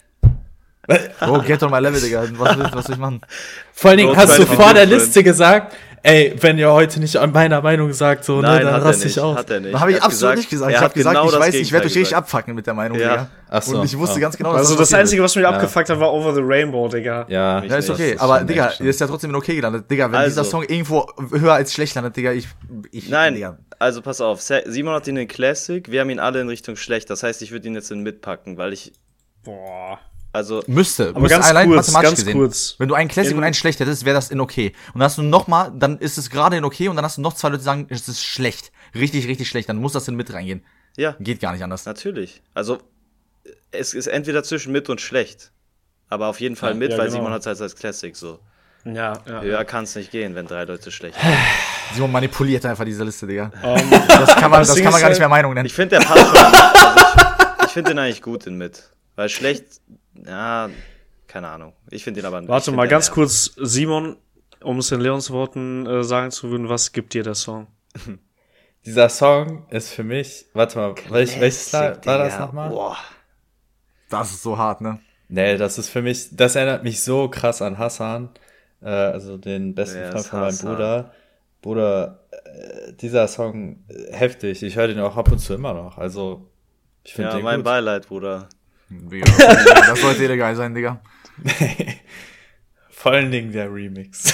Bro, get on my level, Digga. Was will, was will ich machen? Vor allen Dingen Bro, hast du twenty vor der different. Liste gesagt, ey, wenn ihr heute nicht an meiner Meinung sagt, so, Nein, ne, dann hat er raste nicht, ich aus. hat er nicht. Da habe ich Er hat absolut nicht gesagt. er Ich hat habe gesagt, genau ich das weiß, ich werde euch Gegenteil richtig gesagt. abfucken mit der Meinung, Ja. Digga. Ach so, Und ich wusste ja. ganz genau, dass also das das passieren Einzige, was mich Ja. abgefuckt hat, war Over the Rainbow, Digga. Ja, Mich Ja, ist nicht. okay, das ist aber schon Digga, echt der ist ja trotzdem in okay gelandet. Digga, wenn Also. dieser Song irgendwo höher als schlecht landet, Digga, ich, ich, Nein, Digga. also pass auf, Sa- Simon hat ihn in Classic, wir haben ihn alle in Richtung schlecht, das heißt, ich würde ihn jetzt in mitpacken, weil ich, Boah. also, Müsste, Aber müsste ganz allein kurz, mathematisch ganz gesehen. kurz. Wenn du einen Classic In- und einen schlecht hättest, wäre das in okay. Und dann hast du noch mal, dann ist es gerade in okay und dann hast du noch zwei Leute, die sagen, es ist schlecht. Richtig, richtig schlecht. Dann muss das in mit reingehen. ja, Geht gar nicht anders. natürlich. Also, es ist entweder zwischen mit und schlecht, aber auf jeden Fall Ja, mit, ja, weil genau. Simon hat es halt als Classic so. Ja, ja. Höher kann es nicht gehen, wenn drei Leute schlecht sind. Simon manipuliert einfach diese Liste, Digga. Ähm, Das kann man, Das das Ding kann man ist gar nicht halt- mehr Meinung nennen. Ich finde, der passt schon. Also ich ich finde den eigentlich gut in mit. Weil schlecht, ja, keine Ahnung. Ich finde ihn aber nicht. warte mal, ganz kurz, Simon, um es in Leons Worten äh, sagen zu würden, was gibt dir der Song? Dieser Song ist für mich, warte mal, welch, welches war, war das nochmal? Boah. Das ist so hart, ne? Nee, das ist für mich, das erinnert mich so krass an Hassan, äh, also den besten Wer Freund ist von meinem Hassan? Bruder. Bruder, äh, dieser Song, äh, heftig, ich höre den auch ab und zu immer noch, also ich finde Ja, den mein gut. Beileid, Bruder. Digga, das, das sollte jeder geil sein, Digga. Vor allen Dingen der Remix.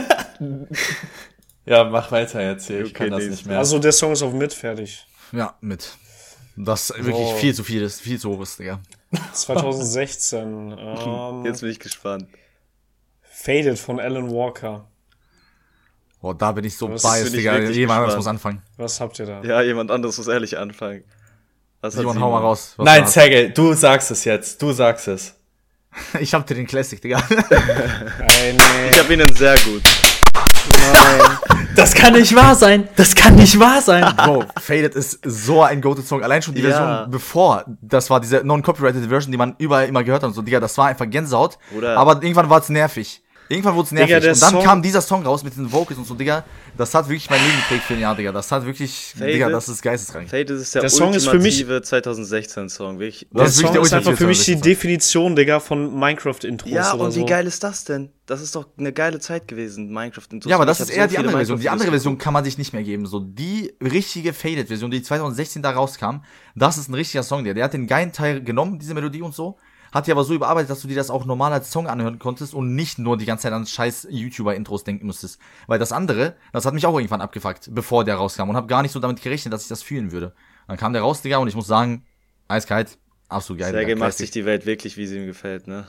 Ja, mach weiter jetzt hier, ich Okay, kann das nee, nicht mehr. Also der Song ist auf mit fertig. Ja, mit. Das wirklich Oh. viel zu viel ist, viel zu hoch ist, Digga. zwanzig sechzehn. ähm, Jetzt bin ich gespannt. Faded von Alan Walker. Boah, da bin ich so Das biased, bin ich Digga. wirklich Jemand anderes gespannt. muss anfangen. Was habt ihr da? Ja, jemand anderes muss ehrlich anfangen. Was hat Simon, hau mal raus. Was Nein, du hast. Sergej, du sagst es jetzt, du sagst es. Ich hab dir den Classic, Digga. Nein, nee, Ich habe ihn sehr gut. nein. Das kann nicht wahr sein, das kann nicht wahr sein. Bro, Faded ist so ein Goated-Song. Allein schon die Ja. Version bevor, das war diese non-copyrighted Version, die man überall immer gehört hat und so, Digga, das war einfach Gänsehaut. Bruder. Aber irgendwann war es nervig. Irgendwann wurde es nervig. Digga, der und dann Song- kam dieser Song raus mit den Vocals und so, Digga. Das hat wirklich mein Leben geprägt für ein Jahr, Digga. Das hat wirklich, Faded? Digga, das ist geisteskrank. Faded ist der, Der Song ist für mich- ultimative zwanzig sechzehn Song. Wirklich. Der Das ist wirklich Song der ist einfach für mich die ultimative Definition, Digga, von Minecraft-Intros Ja, oder und so. wie geil ist das denn? Das ist doch eine geile Zeit gewesen, Minecraft. Ja, aber das Ich ist hab eher so die viele andere Version. Die Minecraft-Videos andere Version geguckt. kann man sich nicht mehr geben. So, die richtige Faded-Version, die zwanzig sechzehn da rauskam, das ist ein richtiger Song, der. Der hat den geilen Teil genommen, diese Melodie und so, hat die aber so überarbeitet, dass du dir das auch normal als Song anhören konntest und nicht nur die ganze Zeit an scheiß YouTuber-Intros denken musstest. Weil das andere, das hat mich auch irgendwann abgefuckt, bevor der rauskam und habe gar nicht so damit gerechnet, dass ich das fühlen würde. Dann kam der raus, Digga, und ich muss sagen, eiskalt, absolut geil. Sergej Digga, macht sich die Welt wirklich, wie sie ihm gefällt, ne?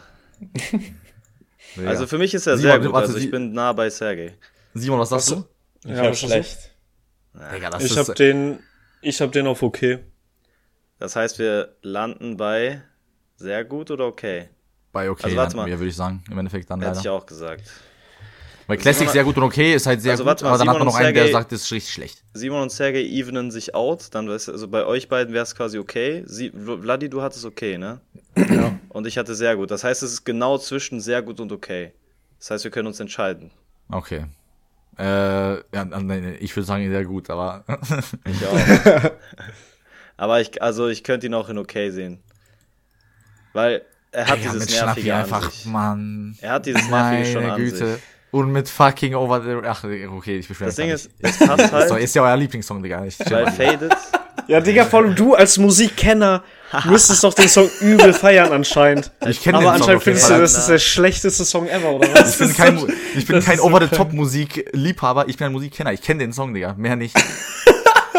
Digga. Also für mich ist er Simon, sehr gut. warte, Also ich Sie- bin nah bei Sergej. Simon, was sagst Was- du? Ich Ja, hab was ist schlecht. Digga, das Ich ist, hab den, ich hab den auf okay. Das heißt, wir landen bei sehr gut oder okay? bei okay, Also warte landen mal. wir, würde ich sagen. Im Endeffekt dann Hätte ich leider. auch gesagt. Weil Classic Simon- sehr gut und okay ist halt sehr Also gut, warte mal, aber dann hat Simon man noch und einen, der Sergej- sagt, das ist richtig schlecht. Simon und Sergej evenen sich out, dann wär's, also bei euch beiden wäre es quasi okay. Sie, Vladi, du hattest okay, ne? Ja. Und ich hatte sehr gut. Das heißt, es ist genau zwischen sehr gut und okay. Das heißt, wir können uns entscheiden. Okay. Äh, ja, nein, nein, ich würde sagen, sehr gut, aber Ich auch. Aber ich, also ich könnte ihn auch in okay sehen. Weil er hat Digga, dieses mit Schnappi Nervige an einfach, sich. Mann. Er hat dieses Nervige schon Meine an Güte. sich. Und mit fucking over the... Ach, okay, ich beschwere Das mich Ding gar ist, nicht. es passt Ist, doch, halt, ist ja euer Lieblingssong, Digga. Ich chill weil mal. Faded, Ja, Digga, vor allem du als Musikkenner müsstest doch den Song übel feiern anscheinend. Ich kenn Aber den Song anscheinend auf jeden findest du, Fall. das ist der schlechteste Song ever, oder was? Ich bin kein, ich bin Das kein ist so Over-the-Top-Musik-Liebhaber, ich bin ein Musikkenner. Ich kenne den Song, Digga. Mehr nicht.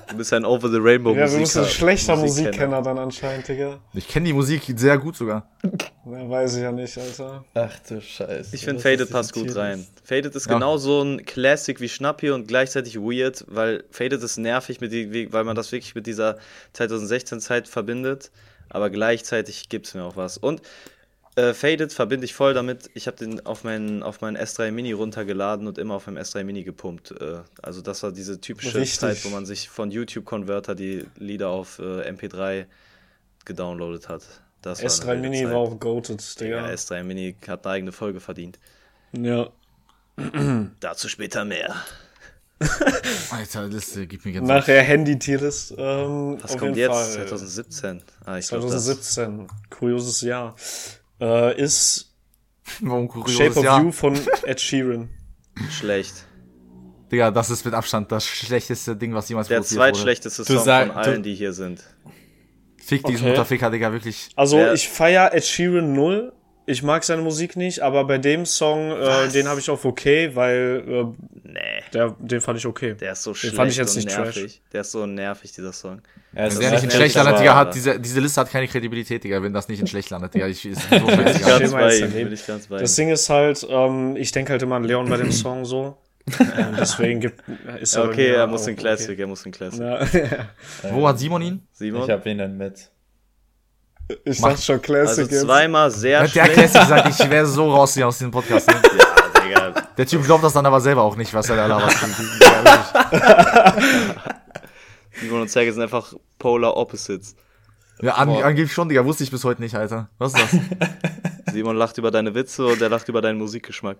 Du bist ein Over the Rainbow Ja, du bist ein Musiker- schlechter Musikkenner. Musikkenner dann anscheinend, Digga. Ich kenne die Musik sehr gut sogar. Ja, weiß ich ja nicht, Alter. Ach du Scheiße. Ich finde, Was Faded ist passt diese gut Tierlist? rein. Faded ist Ja. genau so ein Classic wie Schnappi und gleichzeitig weird, weil Faded ist nervig, mit die, weil man das wirklich mit dieser zwanzig sechzehn-Zeit verbindet, aber gleichzeitig gibt es mir auch was. Und äh, Faded verbinde ich voll damit, ich habe den auf meinen, auf meinen S drei Mini runtergeladen und immer auf meinem S drei Mini gepumpt. Äh, also das war diese typische Richtig. Zeit, wo man sich von YouTube-Converter die Lieder auf äh, M P drei gedownloadet hat. Das war S drei eine wilde Mini Zeit. war auch goated, Ja, Digga. S drei Mini hat eine eigene Folge verdient. Ja. Dazu später mehr. Alter, das äh, gibt mir jetzt Nachher Handy-Tierlist. Ähm, Was auf kommt jeden jetzt? Fall. zwanzig siebzehn. Ah, ich glaube, das zwanzig siebzehn, kurioses Jahr. Äh, ist Warum kurios, Shape of ja. You von Ed Sheeran. ist schlecht. Digga, das ist mit Abstand das schlechteste Ding, was jemals Der produziert wurde. zweitschlechteste Du Song sag- von allen, du- die hier sind. Fick diesen Okay. Mutterficker, Digga, wirklich. Also Wer- ich feier Ed Sheeran null. Ich mag seine Musik nicht, aber bei dem Song, äh, den habe ich auf okay, weil äh, Nee, der, den fand ich okay. der ist so Den schlecht fand ich jetzt und nicht nervig. Der ist so nervig, dieser Song. Ja, es Wenn ist der nicht in halt- schlecht aber- landet, Digga, hat diese, diese Liste hat keine Kredibilität, Digga, wenn das nicht in schlecht landet, Digga. Ich, ist so Bin ich scheißegal. verstehe ganz mal bei jetzt ihm. daneben. Bin ich ganz bei Das ihm. Ding ist halt, ähm, ich denke halt immer an Leon bei dem Song so. Und deswegen gibt, ist Ja, er bei okay, mir er muss auch den Classic, er muss den Classic. Okay. Ja. Wo hat Simon ihn? Simon? Ich hab ihn dann mit. Ich Mach- dachte schon Classic Also jetzt. zweimal sehr Hat der schlecht. Classic gesagt, ich wäre so raus hier aus diesem Podcast. Ne? Ja, Digga. Der Typ glaubt das dann aber selber auch nicht, was er da labert. Digga, wirklich. Simon und Serge sind einfach Polar Opposites. Ja, an, angeblich schon, Digga, wusste ich bis heute nicht, Alter. Was ist das? Simon lacht über deine Witze und der lacht über deinen Musikgeschmack.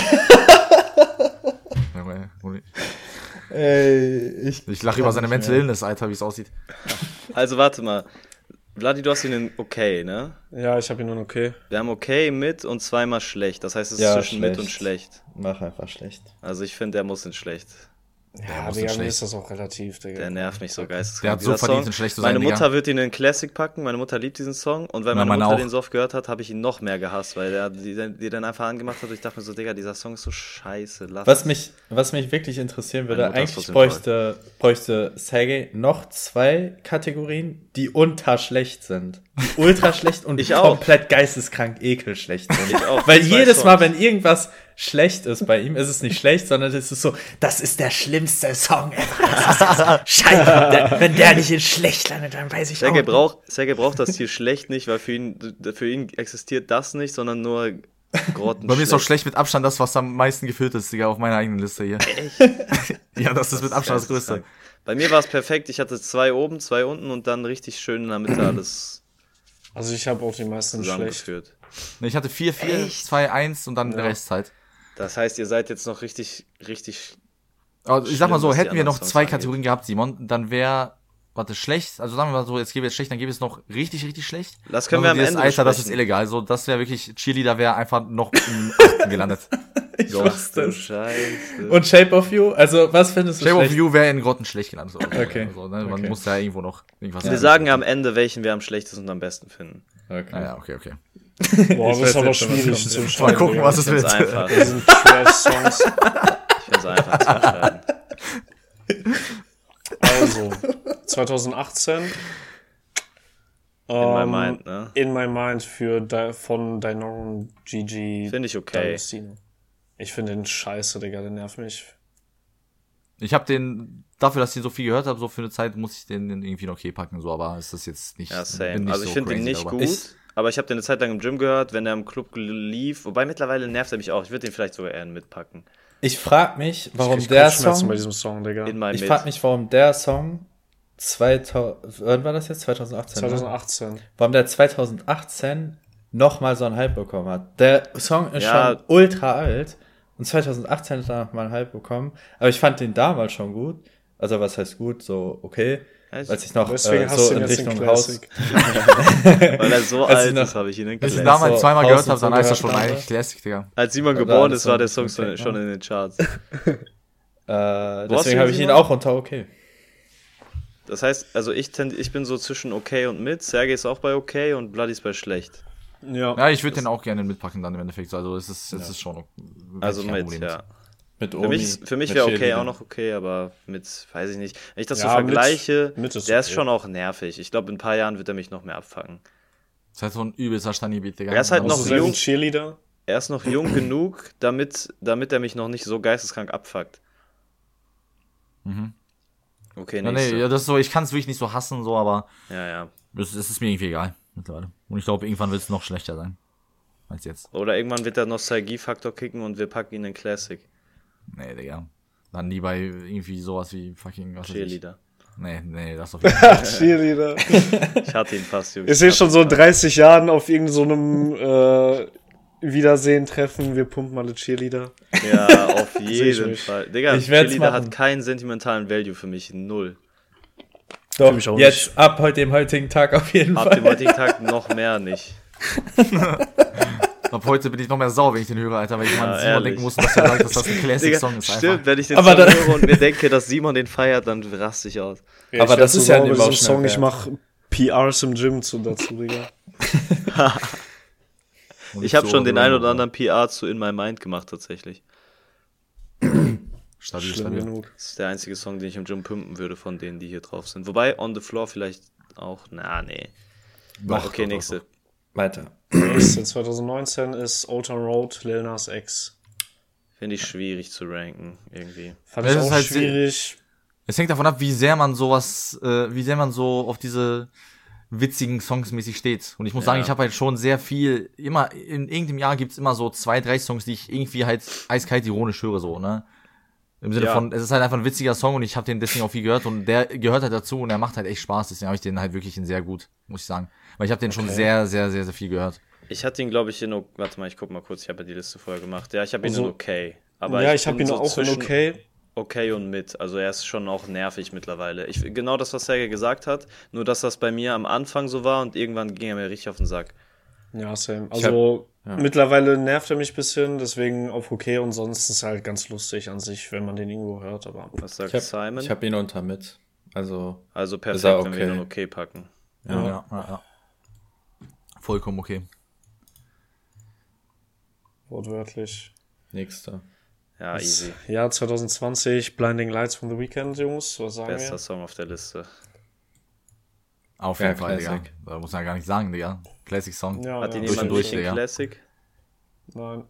Ey, ich. Ich lache über seine Mental Illness, Alter, wie es aussieht. Also warte mal. Vladi, du hast ihn in okay, ne? Ja, ich habe ihn nun okay. Wir haben okay mit und zweimal schlecht. Das heißt, es ist Ja, zwischen mit schlecht. und schlecht. Mach einfach schlecht. Also ich finde, der muss in schlecht. Ja, muss Digga, nicht mir schlecht. ist das auch relativ, Digga. Der nervt mich so geisteskrank. Der hat so Dieser verdient, Song. in schlecht zu sein, Meine Digga. Mutter wird ihn in Classic packen. Meine Mutter liebt diesen Song. Und weil Ja, meine meine Mutter auch. den so oft gehört hat, habe ich ihn noch mehr gehasst, weil der die, die den einfach angemacht hat. Und ich dachte mir so, Digga, dieser Song ist so scheiße. Lass Was es. mich, was mich wirklich interessieren würde, Meine Mutter ist eigentlich trotzdem bräuchte, bräuchte Sergej noch zwei Kategorien, die unterschlecht sind. Die ultra schlecht und Ich auch. komplett geisteskrank ekelschlecht sind. Ich auch. Weil Zwei jedes Mal, Songs. wenn irgendwas schlecht ist bei ihm, ist es nicht schlecht, sondern es ist so, das ist der schlimmste Song ever. Das ist das Scheiße. Der, wenn der nicht in schlecht landet, dann weiß ich auch Sergej nicht. braucht, Sergej braucht das hier schlecht nicht, weil für ihn, für ihn existiert das nicht, sondern nur Grotten. Bei mir ist auch schlecht mit Abstand das, was am meisten gefüllt ist, Digga, auf meiner eigenen Liste hier. Ja, das ist mit Abstand das Größte. geisteskrank. Bei mir war es perfekt. Ich hatte zwei oben, zwei unten und dann richtig schön in der Mitte alles Also ich habe auch die meisten schlecht. zusammengeführt. Ne, ich hatte vier, vier, zwei, eins und dann der Ja. Rest halt. Das heißt, ihr seid jetzt noch richtig, richtig. Aber ich sag mal Schlimm, so, was die hätten wir anderen noch Songs zwei angeht. Kategorien gehabt, Simon, dann wäre, warte, schlecht, also sagen wir mal so, jetzt gebe ich jetzt schlecht, dann gebe ich es noch richtig, richtig schlecht. Das können Dann wir am so dieses, Ende Alter, das ist besprechen. illegal, so, das wäre wirklich, Cheerleader wäre einfach noch im achten gelandet. Ich So. wusste Du es. Scheiße. Und Shape of You? Also, was findest du Shape of schlecht? You wäre in Grotten schlecht gelandet. So. Okay. Also, ne, man Okay. muss ja irgendwo noch irgendwas wir sagen am Ende, welchen wir am schlechtesten und am besten finden. Okay. Naja, okay, okay. Boah, das weiß ist aber jetzt schon, was schwierig kommt, zu ja. entscheiden. Mal gucken, Digga. was es Ich find's wird. einfach. Das sind Trash-Songs. Ich finde es einfach zu entscheiden. Also, zwanzig achtzehn. In my ähm, mind, ne? In My Mind für Di von Dinoron G G. Finde ich okay. D'Agostino. Ich finde den scheiße, Digga, der nervt mich. Ich habe den, dafür, dass ich den so viel gehört habe, so für eine Zeit, muss ich den irgendwie noch okay packen, so, aber ist das jetzt nicht. Ja, bin same. nicht Also ich so finde ihn crazy nicht darüber. gut, Ich- aber ich habe den eine Zeit lang im Gym gehört, wenn er im Club lief. Wobei mittlerweile nervt er mich auch. Ich würde den vielleicht sogar eher mitpacken. Ich frag mich, warum ich der Kopfschmerzen Song. bei diesem Song, Digga. In my Ich mid. frag mich, warum der Song zweitausend, wann war das jetzt? zwanzig achtzehn? ne? zwanzig achtzehn. Warum der zwanzig achtzehn nochmal so einen Hype bekommen hat. Der Song ist Ja. schon ultra alt und zwanzig achtzehn hat er nochmal einen Hype bekommen. Aber ich fand den damals schon gut. Also was heißt gut? So okay. Echt? Als ich noch Deswegen äh, hast so du ihn in jetzt in Richtung Haus... Classic. Weil er so Als ich alt noch- ist, habe ich ihn in Wenn ich Classic. ihn damals so zweimal Haus gehört und habe, dann so heißt das schon gehört habe. eigentlich Classic, Digga. Als Simon Ja, geboren das ist, war war der ein Song bisschen schon, schon in den Charts. Äh, Wo hast du deswegen ihn, habe ich ihn Simon? auch unter okay. Das heißt, also ich, tend, ich bin so zwischen okay und mit. Sergej ist auch bei okay und Bloody ist bei schlecht. Ja. Ja, ich würde den auch gerne mitpacken dann im Endeffekt, so, also es ist, es ist schon. Also kein mit, Problem. ja. Mit Für Omi, mich, für mich mit wäre okay Cheerleader. auch noch okay, aber mit, weiß ich nicht. Wenn ich das so Ja, mit- vergleiche, mit ist der ist okay. schon auch nervig. Ich glaube, in ein paar Jahren wird er mich noch mehr abfangen. Das ist halt so ein übelster Stani-Beat, Digga. Er ist halt Also noch sehr jung. wie Cheerleader. Er ist noch jung genug, damit, damit er mich noch nicht so geisteskrank abfuckt. Mhm. Okay, Ja, nächste. nee, ja, das ist so, ich kann es wirklich nicht so hassen, so, aber Ja, ja. es, es ist mir irgendwie egal mittlerweile. Und ich glaube, irgendwann wird es noch schlechter sein als jetzt. Oder irgendwann wird der Nostalgie-Faktor kicken und wir packen ihn in Classic. Nee, Digga. Dann lieber irgendwie sowas wie fucking, was weiß ich. Cheerleader. Nee, nee, das auf jeden Fall. Cheerleader. Ich hatte ihn fast, Jungs. Ich sehe hatte schon ihn so in fast. dreißig Jahren auf irgendeinem so einem, äh, Wiedersehen, Treffen, wir pumpen alle Cheerleader. Ja, auf ich jeden mich. Fall. Digga, Ich werd's Cheerleader machen. hat keinen sentimentalen Value für mich. Null. Doch, mich auch jetzt ab heute, dem heutigen Tag auf jeden Ab Fall. dem heutigen Tag noch mehr nicht. Ab heute bin ich noch mehr sauer, wenn ich den höre, Alter, weil ich mal Ja, an Simon ehrlich. denken muss, dass er sagt, dass das ein Digga, Classic-Song ist. stimmt, Einfach. wenn ich den Aber Song da- höre und mir denke, dass Simon den feiert, dann raste ich aus. Ja, Aber ich das werd ist so ja ein sauer bei diesem emotional Song, ich Wert. mach P Rs im Gym zu dazu, Digga. Und Ich habe so schon den einen oder Bro. anderen P R zu In My Mind gemacht, tatsächlich. Stabil, Schlimm stabil. genug. Das ist der einzige Song, den ich im Gym pumpen würde von denen, die hier drauf sind. Wobei, On The Floor vielleicht auch. Na, nee. Doch, Okay, doch, doch, nächste. Weiter. Nächste, zwanzig neunzehn ist Old Town Road, Lil Nas X. Finde ich schwierig zu ranken, irgendwie. Fand Das ich ist auch halt schwierig. Es hängt davon ab, wie sehr man sowas, äh, wie sehr man so auf diese witzigen Songs mäßig steht. Und ich muss Ja. sagen, ich habe halt schon sehr viel, immer, in irgendeinem Jahr gibt's immer so zwei, drei Songs, die ich irgendwie halt eiskalt ironisch höre, so, ne? Im Sinne Ja. von, es ist halt einfach ein witziger Song und ich habe den deswegen auch viel gehört und der gehört halt dazu und er macht halt echt Spaß, deswegen habe ich den halt wirklich in sehr gut, muss ich sagen. Weil ich habe den schon Okay. sehr, sehr, sehr, sehr viel gehört. Ich hatte ihn, glaube ich, in. O- Warte mal, ich guck mal kurz. Ich habe ja die Liste vorher gemacht. Ja, ich habe ihn Also- in okay. Aber Ja, ich habe bin ihn so auch in zwischen okay. Okay und mit. Also er ist schon auch nervig mittlerweile. Ich, genau das, was Sergej gesagt hat. Nur, dass das bei mir am Anfang so war und irgendwann ging er mir richtig auf den Sack. Ja, same. Ich Also hab- ja. mittlerweile nervt er mich ein bisschen, deswegen auf okay und sonst ist es halt ganz lustig an sich, wenn man den irgendwo hört, aber Was sagt Ich habe Simon? hab ihn unter mit. Also, also Ist perfekt, er wenn wir ihn okay. in okay packen. ja. ja, ja, ja. Vollkommen okay. wortwörtlich. Nächster. Ja, Das easy. Jahr zwanzig zwanzig, Blinding Lights von The Weeknd, Jungs, was sagen Bester wir? Song auf der Liste. Auf Ja, jeden Fall, Digga. Classic. Da muss man ja gar nicht sagen, Digga. Classic-Song. Ja, Hat ihn ja, durch jemand und durch, nicht in Digga. Classic? Nein.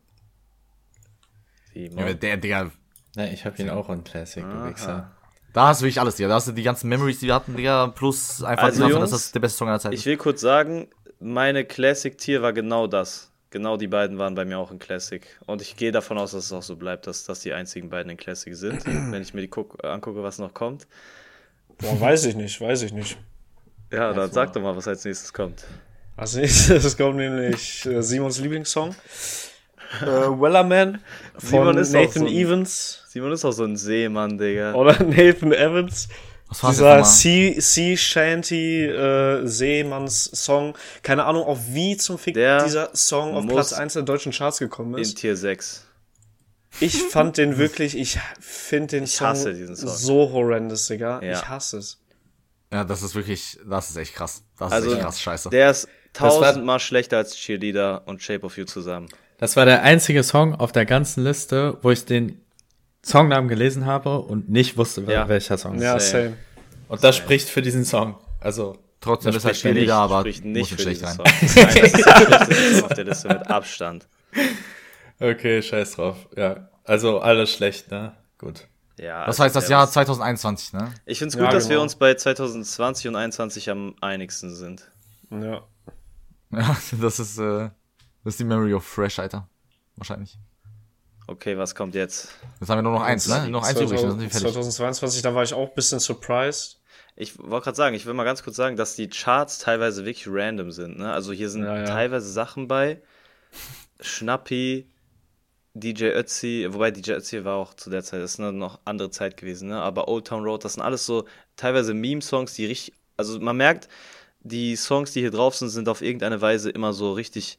Simon. Ja, der, Digga, Ne, ich habe ihn auch in Classic, du Aha. Wichser. da hast du wirklich alles, Digga. Da hast du die ganzen Memories, die wir hatten, Digga, plus einfach Also, davon, Jungs, dass das der beste Song aller Zeiten Ich ist. will kurz sagen, meine Classic-Tier war genau das. Genau die beiden waren bei mir auch in Classic. Und ich gehe davon aus, dass es auch so bleibt, dass das die einzigen beiden in Classic sind. Wenn ich mir die guck, angucke, was noch kommt. Boah, weiß ich nicht, weiß ich nicht. Ja, dann sag doch mal, was als nächstes kommt. Als nächstes kommt nämlich äh, Simons Lieblingssong. Äh, Wellerman von Simon ist auch Nathan so ein- Evans. Simon ist auch so ein Seemann, Digga. Oder Nathan Evans. Was war's Dieser jetzt Sea, sea Shanty äh, Seemanns-Song. Keine Ahnung, auch wie zum Fick Der dieser Song auf muss Platz eins der deutschen Charts gekommen In ist. Tier sechs. Ich fand den wirklich, ich finde den Ich Song, hasse diesen Song. so horrendous, Digga. Ja. Ich hasse es. nochmal? Ja, das ist wirklich, das ist echt krass. Das ist Also, echt krass scheiße. Der ist Das war- tausendmal schlechter als Cheerleader und Shape of You zusammen. Das war der einzige Song auf der ganzen Liste, wo ich den Songnamen gelesen habe und nicht wusste, wer- Ja. welcher Song ist. Ja, Same. same. Und das spricht für diesen Song. Also, Trotzdem das ist halt spricht Cheerleader, aber Spricht muss nicht nicht für schlecht diesen rein. Song. Nein, das ist der schlechteste Song auf der Liste mit Abstand. okay, scheiß drauf. Ja, also alles schlecht, ne? Gut. Ja, Das also heißt das der Jahr was- zwanzig einundzwanzig, ne? Ich finde es Ja, gut, dass wir genau. uns bei zwanzig zwanzig und einundzwanzig am einigsten sind. Ja. Ja, das ist, äh, das ist die Memory of Fresh, Alter. Wahrscheinlich. Okay, was kommt jetzt? Jetzt haben wir nur noch eins, ne? Noch eins übrig, dann sind wir fertig. zwanzig zweiundzwanzig, da war ich auch ein bisschen surprised. Ich wollte gerade sagen, ich will mal ganz kurz sagen, dass die Charts teilweise wirklich random sind. Ne? Also hier sind Ja, ja. teilweise Sachen bei. Schnappi, D J Ötzi, wobei D J Ötzi war auch zu der Zeit, das ist eine noch andere Zeit gewesen, ne? Aber Old Town Road, das sind alles so teilweise Meme-Songs, die richtig, also man merkt, die Songs, die hier drauf sind, sind auf irgendeine Weise immer so richtig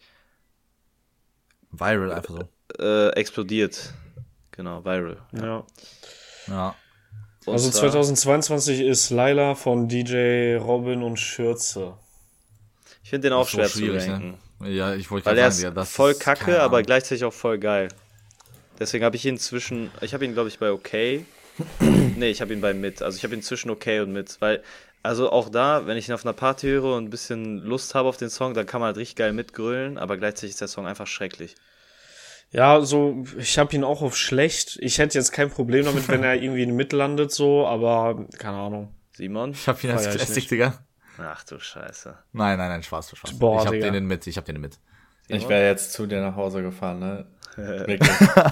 Viral einfach so. äh, explodiert. Genau, viral. Ja. Ja. Und Also zwar- zwanzig zweiundzwanzig ist Laila von D J Robin und Schürze. Ich finde den auch So schwer schwierig, zu ranken. ne? Ja, ich wollte Weil gerade er sagen, ist ja, das voll ist- kacke, keine aber Ahnung. gleichzeitig auch voll geil. Deswegen habe ich ihn zwischen, ich habe ihn glaube ich bei okay. Nee, ich habe ihn bei mit. Also ich habe ihn zwischen okay und mit, weil, also auch da, wenn ich ihn auf einer Party höre und ein bisschen Lust habe auf den Song, dann kann man halt richtig geil mitgrölen, aber gleichzeitig ist der Song einfach schrecklich. Ja, so, ich habe ihn auch auf schlecht. Ich hätte jetzt kein Problem damit, wenn er irgendwie in der Mitte landet, so, aber keine Ahnung. Simon? Ich hab ihn als Feier ich Classic, nicht. Digga. Ach du Scheiße. Nein, nein, nein, Spaß, Spaß. Boah, ich hab Digga. den in mit, ich hab den in mit. Ich wäre jetzt zu dir nach Hause gefahren, ne? Wirklich.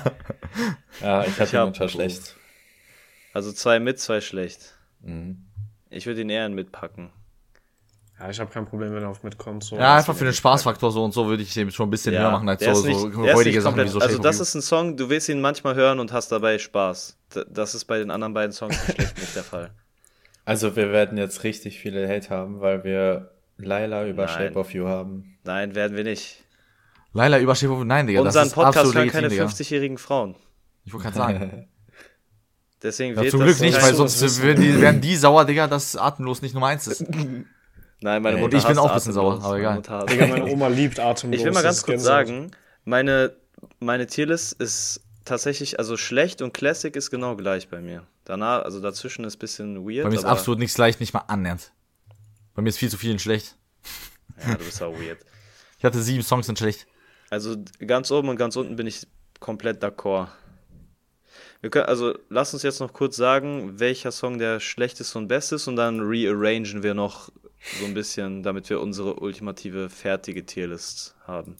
Ja, ich hatte Ich ihn hab- unter schlecht. Also zwei mit, zwei schlecht. Mhm. Ich würde ihn eher in mitpacken. Ja, ich habe kein Problem, wenn er auf mitkommt, so. Ja, einfach für den Spaßfaktor so und so würde ich den schon ein bisschen höher machen als der so, ist nicht- so der ist räudige nicht Sachen wie komplett- so Also Shape of das You. ist ein Song, du willst ihn manchmal hören und hast dabei Spaß. D- Das ist bei den anderen beiden Songs schlecht nicht der Fall. Also wir werden jetzt richtig viele Hate haben, weil wir Laila über Nein. Shape of You haben. Nein, werden wir nicht. Laila über Shape of You, nein, Digga, das Unseren ist Podcast absolut hören legitim, keine Digga. fünfzig-jährigen Frauen. Ich wollte gerade sagen. Deswegen Ja, wird zum das Glück nicht, kein- weil das sonst wissen werden die, werden die sauer, Digga, dass atemlos nicht Nummer eins ist. Nein, meine Ey, Mutter ich bin hasst auch ein bisschen sauer, Atemlos. aber Meine egal. Mutter hasst Digga, meine Atemlos. Oma liebt atemlos. Ich will mal das ganz ist kurz Gänsehaut. sagen, meine, meine Tierlist ist tatsächlich, also schlecht und Classic ist genau gleich bei mir. Danach, also dazwischen ist ein bisschen weird. Bei mir ist aber, absolut nichts leicht, nicht mal annähernd. Bei mir ist viel zu viel und schlecht. Ja, du bist auch weird. Ich hatte sieben Songs und schlecht. Also ganz oben und ganz unten bin ich komplett d'accord. Wir können, also lass uns jetzt noch kurz sagen, welcher Song der schlechteste und beste ist und dann rearrangen wir noch so ein bisschen, damit wir unsere ultimative fertige Tierlist haben.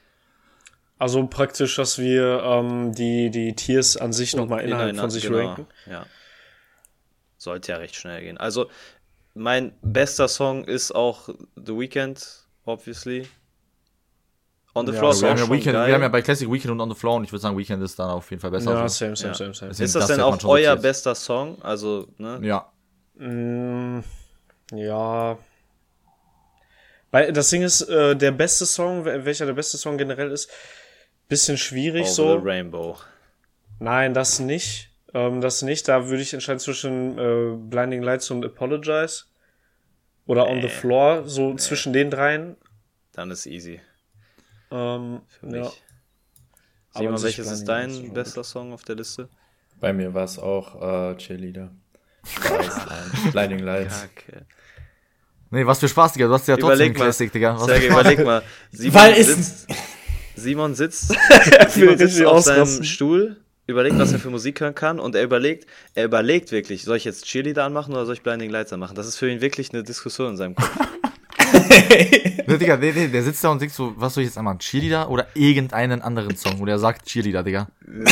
Also praktisch, dass wir ähm, die, die Tiers an sich nochmal innerhalb Ineinander- von sich genau, ranken. Ja. Sollte ja recht schnell gehen. Also, mein bester Song ist auch The Weeknd, obviously. On the Ja, Floor also ist Wir auch haben, ja schon Weekend, geil. wir haben ja bei Classic Weekend und On the Floor und ich würde sagen, Weekend ist dann auf jeden Fall besser. Ja, Also, same, same, Ja. same, same. Deswegen- Ist das, das denn hätte man auch schon euer sortiert. bester Song? Also, ne? ja. Mm, ja. Weil das Ding ist, äh, der beste Song, wel- welcher der beste Song generell ist, bisschen schwierig Over so. the Rainbow. Nein, das nicht. Ähm, das nicht. Da würde ich entscheiden zwischen äh, Blinding Lights und Apologize. Oder On the Nee. Floor, so zwischen den dreien. Dann ist easy Ähm, für mich. ja. Aber Simon, an sich welches ist Blinding Lights dein schon bester Song auf der Liste? Bei mir war es auch äh, Cheerleader. Nein, Blinding Lights. Kacke. Nee, was für Spaß, Digga. Du hast ja trotzdem Überleg einen mal. Classic, Digga. Was Sergej, für Spaß. überleg mal. Simon Weil es- sitzt, Simon sitzt, will Simon sitzt richtig auf seinem ausrasten. Stuhl, überlegt, was er für Musik hören kann und er überlegt, er überlegt wirklich, soll ich jetzt Cheerleader anmachen oder soll ich Blinding Lights anmachen? Das ist für ihn wirklich eine Diskussion in seinem Kopf. Nee, Digga, nee, nee, der sitzt da und denkt so, was soll ich jetzt einmal, Cheerleader oder irgendeinen anderen Song? Und er sagt Cheerleader, Digga.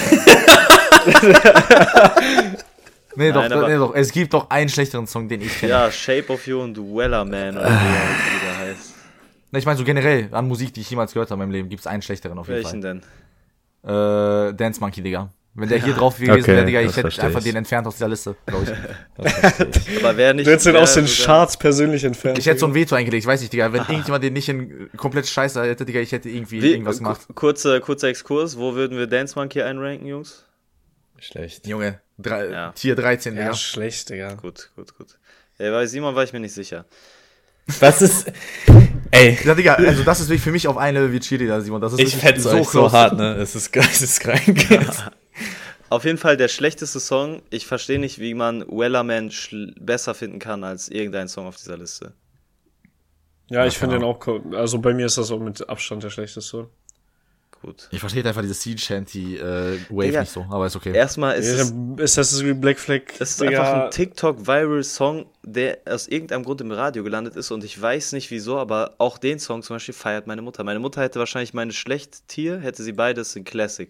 Nee, doch, Nein, aber- nee, doch, es gibt doch einen schlechteren Song, den ich kenne. Ja, Shape of You und Weller Man oder wie er wieder heißt. Nee, ich meine so generell, an Musik, die ich jemals gehört habe in meinem Leben, gibt's einen schlechteren auf jeden Welchen denn? Fall. Äh, Dance Monkey, Digga. Wenn der hier drauf gewesen Okay, wäre, Digga, ich das hätte versteh einfach ich. den entfernt aus dieser Liste, glaube ich. Aber wer nicht. Du hättest den wer aus den sogar- Charts persönlich entfernt. Ich hätte so ein Veto eingelegt, ich weiß nicht, Digga. Wenn irgendjemand den nicht in komplett scheiße hätte, Digga, ich hätte irgendwie Wie, irgendwas gemacht. ku- kurzer, kurzer Exkurs, wo würden wir Dance Monkey einranken, Jungs? Schlecht. Junge, drei, Ja. Tier dreizehn, Digga. Ja, schlecht, Digga. Gut, gut, gut. Ja, bei Simon war ich mir nicht sicher. Was ist. Ey, Ja, Digga, also das ist wirklich für mich auf ein Level wie Cheerleader, Simon. Das ist ich wirklich fetze euch so close. hart, ne? Es ist geisteskrank. Auf jeden Fall der schlechteste Song. Ich verstehe nicht, wie man Wellerman schl- besser finden kann als irgendein Song auf dieser Liste. Ja, ich Ja, finde den genau. auch, co- also bei mir ist das auch mit Abstand der schlechteste. Gut. Ich verstehe einfach diese Sea Shanty äh, Wave Digga, nicht so, aber ist okay. Erstmal ist es, Ist das wie Black Flag? es ist Digga? einfach ein TikTok-Viral-Song, der aus irgendeinem Grund im Radio gelandet ist und ich weiß nicht wieso, aber auch den Song zum Beispiel feiert meine Mutter. Meine Mutter hätte wahrscheinlich meine Schlecht-Tier, hätte sie beides in Classic.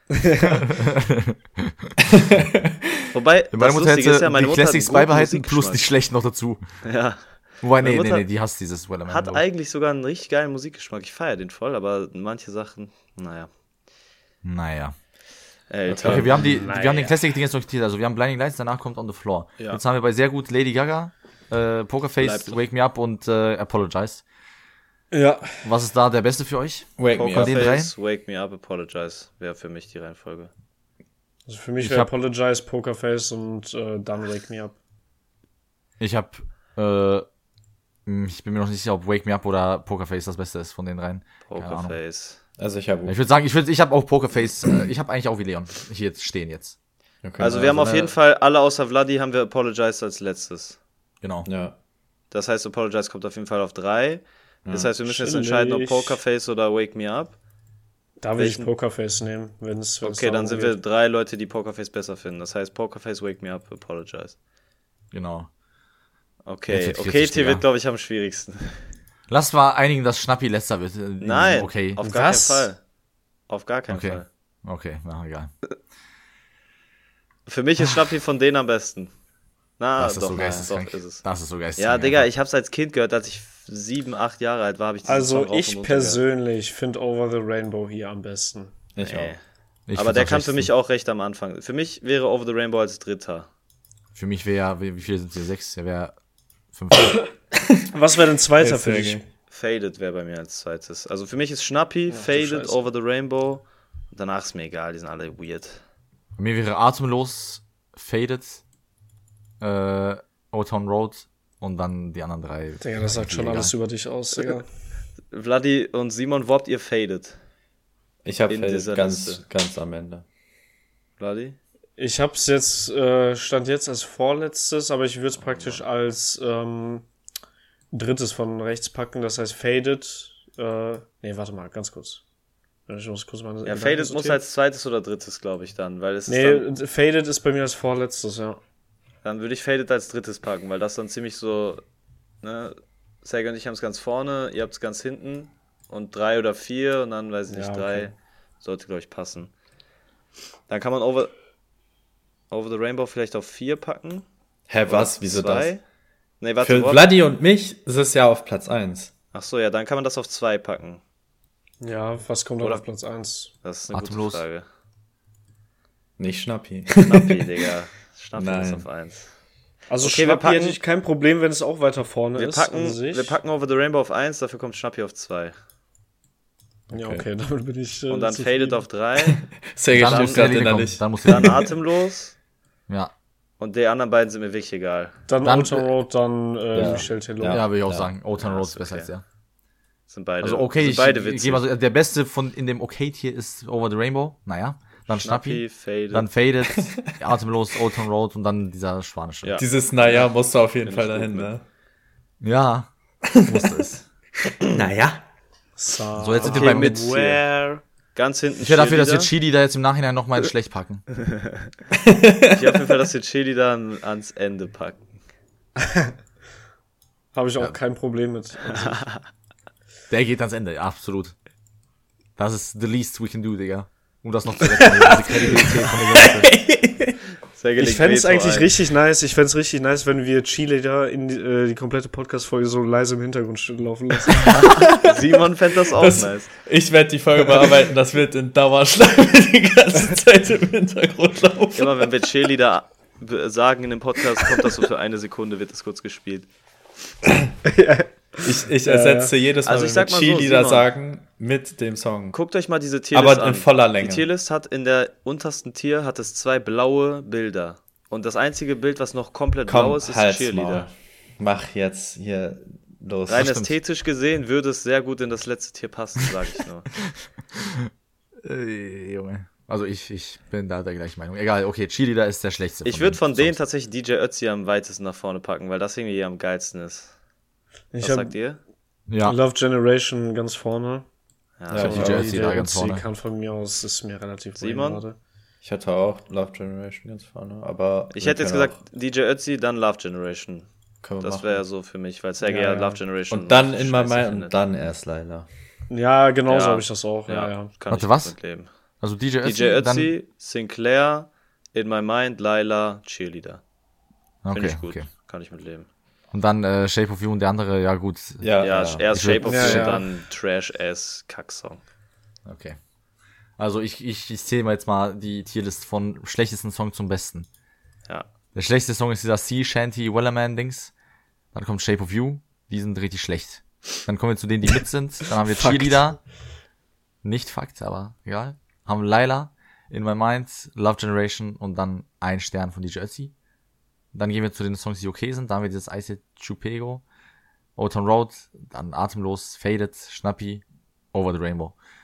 Wobei, Meine das Mutter Lustige hätte ist ja, meine die Mutter hat Classics einen guten beibehalten plus die Musikgeschmack. schlechten noch dazu. Ja, Wobei, Meine nee, nee, Mutter nee, die hasst dieses Wellerman. hat glaub ich. eigentlich sogar einen richtig geilen Musikgeschmack. Ich feiere den voll, aber manche Sachen, naja. Naja. Alter. Okay, wir haben, die, wir haben den Naja. Classic-Ding jetzt notiert. Also wir haben Blinding Lights, danach kommt On the Floor. Ja. Jetzt haben wir bei sehr gut Lady Gaga, äh, Pokerface, Bleibt. Wake Me Up und äh, Apologize. Ja. Was ist da der beste für euch? Wake me Von up. den Pokerface, Wake Me Up, Apologize wäre für mich die Reihenfolge. Also für mich Ich wäre hab- Apologize, Pokerface und äh, dann Wake Me Up. Ich hab, äh, mh, ich bin mir noch nicht sicher, ob Wake Me Up oder Pokerface das Beste ist von den dreien. Keine Ahnung. Pokerface. Also ich habe Ich würde sagen, ich würde, ich habe auch Pokerface, äh, ich habe eigentlich auch wie Leon hier jetzt stehen jetzt. okay, Also wir haben auf jeden Fall, alle außer Vladi haben wir Apologize als letztes. Genau. Ja. Das heißt, Apologize kommt auf jeden Fall auf drei. Das heißt, wir müssen jetzt Chillig. entscheiden, ob Pokerface oder Wake Me Up. Da will Welchen- ich Pokerface nehmen, wenn es Okay, dann sind wir drei Leute, die Pokerface besser finden. Das heißt, Pokerface, Wake Me Up, Apologize. Genau. Okay, Jetzt wird's okay, kritisch, T Digga. wird, glaube ich, am schwierigsten. Lass mal einigen, dass Schnappi letzter wird. Äh, Nein, Okay. auf gar Was? keinen Fall. Auf gar keinen Okay. Fall. Okay, na egal. Für mich ist Schnappi von denen am besten. Na, Das ist doch, so doch geisteskrank. ist es. Das ist so geisteskrank. Ja, Digga, einfach. ich hab's als Kind gehört, als ich sieben, acht Jahre alt war, habe ich diesen Also Song rauf und ich runter gehört. persönlich finde Over the Rainbow hier am besten. Ich Nee. auch. Ich Aber find's der am kam für mich schwächsten. auch recht am Anfang. Für mich wäre Over the Rainbow als Dritter. Für mich wäre, wie wie viele sind hier? Sechs? Der wäre fünf. Was wäre denn zweiter Jetzt für sehr dich? gut. Faded wäre bei mir als zweites. Also für mich ist Schnappi, du Faded, Scheiße. Over the Rainbow. Danach ist mir egal, die sind alle weird. Bei mir wäre Atemlos, Faded, äh, Old Town Road und dann die anderen drei. Digga, das sagt schon Egal. alles über dich aus, Digga. Vladi und Simon, wo habt ihr Faded? Ich habe In dieser ganz, Liste. ganz am Ende. Vladi? Ich hab's jetzt, äh, stand jetzt als vorletztes, aber ich würde es praktisch als ähm, drittes von rechts packen, das heißt Faded. Äh, nee, warte mal, ganz kurz. Ich muss kurz meine Ja, Gedanken Faded muss sortieren. als zweites oder drittes, glaube ich, dann. Weil es ist Nee, dann, Faded ist bei mir als vorletztes, ja. dann würde ich Faded als drittes packen, weil das dann ziemlich so, ne, Sergei und ich haben es ganz vorne, ihr habt es ganz hinten und drei oder vier und dann, weiß ich nicht, Ja, drei. okay. Sollte, glaube ich, passen. Dann kann man Over, Over the Rainbow vielleicht auf vier packen. Hä, Oder was? Wieso zwei. das? Nee, warte, Für wo- Vladi und mich ist es ja auf Platz eins. Ach so, ja, dann kann man das auf zwei packen. Ja, was kommt dann Oder- auf Platz eins? Das ist eine Atemlos. gute Frage. Nicht Schnappi. Schnappi, Digga. Schnappi ist Nein. auf eins. Also Okay, wir Schnappi packen- hätte ich kein Problem, wenn es auch weiter vorne Wir ist. packen, an sich. wir packen Over the Rainbow auf eins, dafür kommt Schnappi auf zwei. Ja, Okay. okay, damit bin ich. Äh, Und dann zufrieden. Faded auf drei, Sergei Dann stimmt muss der gerade kommen. innerlich. Dann muss dann der Atemlos Ja. und die anderen beiden sind mir wirklich egal. Dann, Dann- Old Town Road, dann äh, Ja. Michel Tello. Ja, Ja. würde ich auch Ja. sagen. Old Town Ja, Road ist ist besser okay. als der. Sind beide, Also okay, sind ich, beide ich witzig. gebe also, der beste von in dem Okay-Tier ist Over the Rainbow. Naja. Dann Schnappi. Schnappi, Faded. Dann Faded, Atemlos, Old Town Road und dann dieser spanische. Ja. Dieses Naja musst du auf jeden Bin Fall ich gut dahin, mit. ne? Ja. Musste es. Naja. So, So, jetzt sind wir Okay, beim mit Mit. Where? Ganz hinten Ich wäre dafür, dass wir Cheerleader. Chili da jetzt im Nachhinein nochmal schlecht packen. Ich auf jeden Fall, dass wir Chili dann ans Ende packen. Habe ich auch kein Problem mit. Der geht ans Ende, ja, absolut. Das ist the least we can do, Digga. Um das noch zu retten. Diese Kredibilität von der Liste. Sehr Ich gelegt fände es Veto eigentlich ein. richtig nice. Ich fände es richtig nice, wenn wir Chile da in die, äh, die komplette Podcast-Folge so leise im Hintergrund laufen lassen. Simon fände das auch Das, nice. Ich werde die Folge bearbeiten, das wird in Dauerschleife die ganze Zeit im Hintergrund laufen. Immer wenn wir Chili da sagen in dem Podcast, kommt das so für eine Sekunde, wird das kurz gespielt. Ich, ich ersetze jedes Mal, Also ich wenn sag wir mal so, Chili da Simon. sagen, mit dem Song. Guckt euch mal diese Tierlist Aber an. in voller Länge. Die Tierlist hat in der untersten Tier hat es zwei blaue Bilder. Und das einzige Bild, was noch komplett blau Komm, ist, ist halt's Cheerleader. Maul. Mach jetzt hier los. Rein stimmt. ästhetisch gesehen würde es sehr gut in das letzte Tier passen, sage ich nur. Äh, Junge. Also ich, ich bin da der gleichen Meinung. Egal, okay, Chili da ist der schlechteste. Ich würde von denen Songs. tatsächlich D J Ötzi am weitesten nach vorne packen, weil das irgendwie hier am geilsten ist. Ich Was habe sagt ihr? Ja, Love Generation ganz vorne. Ja, Ja, ich D auch. J Ötzi da der ganz Ötzi vorne. kann von mir aus, ist mir relativ wurscht Simon? gerade. Ich hatte auch Love Generation ganz vorne, aber... Ich wir hätte jetzt können gesagt D J Ötzi, dann Love Generation. auch- können wir Das machen. wäre so für mich, weil Sergei Ja, ja, ja. Love Generation Und dann richtig in my scheiße mind findet. und dann erst Laila. Ja, genauso Ja. habe ich das auch. Ja, ja. Kann Warte, ich was? mit leben. also D J D Ötzi, J dann... Ötzi, Sinclair, In My Mind, Laila, Cheerleader. Finde Okay, ich gut. okay. Kann ich mit leben. Und dann äh, Shape of You und der andere, ja gut. Ja, Ja, ja. erst Ich würd- Shape of Ja, You, ja. dann Trash-Ass-Kacksong. Okay. Also ich, ich, ich zähle mal jetzt mal die Tierlist von schlechtesten Song zum besten. Ja. Der schlechteste Song ist dieser Sea Shanty Wellerman-Dings. Dann kommt Shape of You. Die sind richtig schlecht. Dann kommen wir zu denen, die mit sind. Dann haben wir Fakt. Cheerleader. Nicht Fakt, aber egal. Haben Laila, In My Mind, Love Generation und dann ein Stern von D J Ötzi. Dann gehen wir zu den Songs, die okay sind. Da haben wir dieses Ice Chupego, Old Town Road, dann Atemlos, Faded, Schnappi, Over the Rainbow.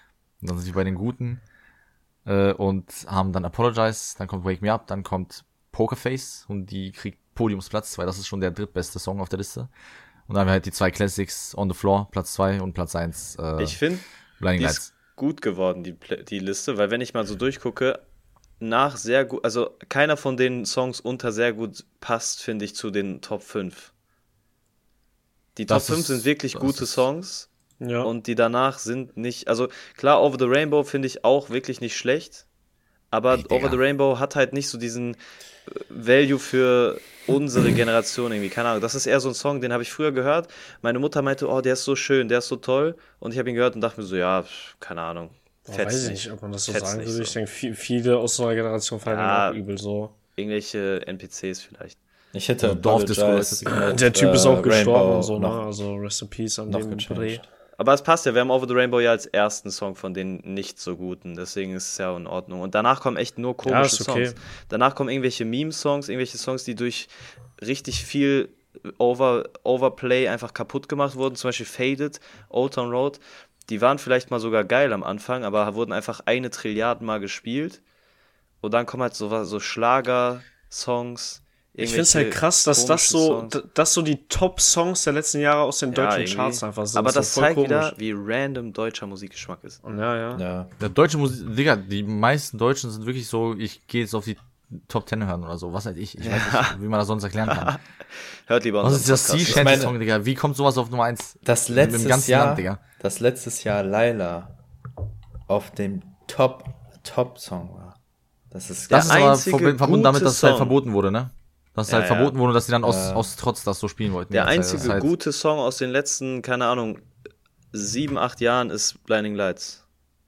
Und dann sind wir bei den Guten äh, und haben dann Apologize, dann kommt Wake Me Up, dann kommt Pokerface und die kriegt Podiumsplatz, weil das ist schon der drittbeste Song auf der Liste. Und dann haben wir halt die zwei Classics On The Floor, Platz zwei und Platz eins. Äh, Ich finde, Blinding die Lights. ist gut geworden, die, Pla- die Liste, weil wenn ich mal so durchgucke, nach sehr gut, also keiner von den Songs unter sehr gut passt, finde ich, zu den Top fünf. Die Top Das fünf ist- sind wirklich das gute ist- Songs Ja. und die danach sind nicht, also klar, Over the Rainbow finde ich auch wirklich nicht schlecht, aber Ey, Digga. Over the Rainbow hat halt nicht so diesen äh, Value für unsere Generation irgendwie, keine Ahnung. Das ist eher so ein Song, den habe ich früher gehört. Meine Mutter meinte, oh, der ist so schön, der ist so toll. Und ich habe ihn gehört und dachte mir so, ja, pff, keine Ahnung. Boah, Fetzt weiß ich nicht, ob man das so Fetzt sagen nicht würde. so. Ich denke, viel, viele aus unserer Generation fallen Ja. mir auch übel so. Irgendwelche N P Cs vielleicht. Ich hätte Also Dorfdisco Apologize ist das mit, Der Typ ist auch äh, gestorben Rainbow und so, ne? noch, Also Rest in Peace an noch dem Dreh. gechanged. Aber es passt ja, wir haben Over the Rainbow ja als ersten Song von den nicht so guten, deswegen ist es ja in Ordnung. Und danach kommen echt nur komische Ja, ist okay. Songs. Danach kommen irgendwelche Meme-Songs, irgendwelche Songs, die durch richtig viel Over, Overplay einfach kaputt gemacht wurden, zum Beispiel Faded, Old Town Road. Die waren vielleicht mal sogar geil am Anfang, aber wurden einfach eine Trilliarden Mal gespielt. Und dann kommen halt so, so Schlager-Songs. Ich finde es halt krass, dass das so, d- dass so die Top-Songs der letzten Jahre aus den Ja, deutschen irgendwie. Charts einfach sind. Aber so das voll zeigt komisch. wieder, wie random deutscher Musikgeschmack ist. Ja, ja. Ja. Der deutsche Musik, Digga, die meisten Deutschen sind wirklich so, ich gehe jetzt auf die Top Ten hören oder so, was weiß ich. Ich weiß nicht, wie man das sonst erklären kann. Hört lieber Was unseren ist das Podcast. Sea Ich meine- Shanty Song, Digga? Wie kommt sowas auf Nummer eins? Das Im letztes ganzen Jahr, Land, Digga. das letztes Jahr Laila auf dem Top Top Song war. Das ist Der Das ist aber einzige verb- verbunden damit, gute dass es halt Song. verboten wurde, ne? Dass es Ja, halt ja. verboten wurde, dass sie dann aus, Ja. aus Trotz das so spielen wollten. Der Das heißt, einzige das ist halt, gute Song aus den letzten, keine Ahnung, sieben, acht Jahren ist Blinding Lights.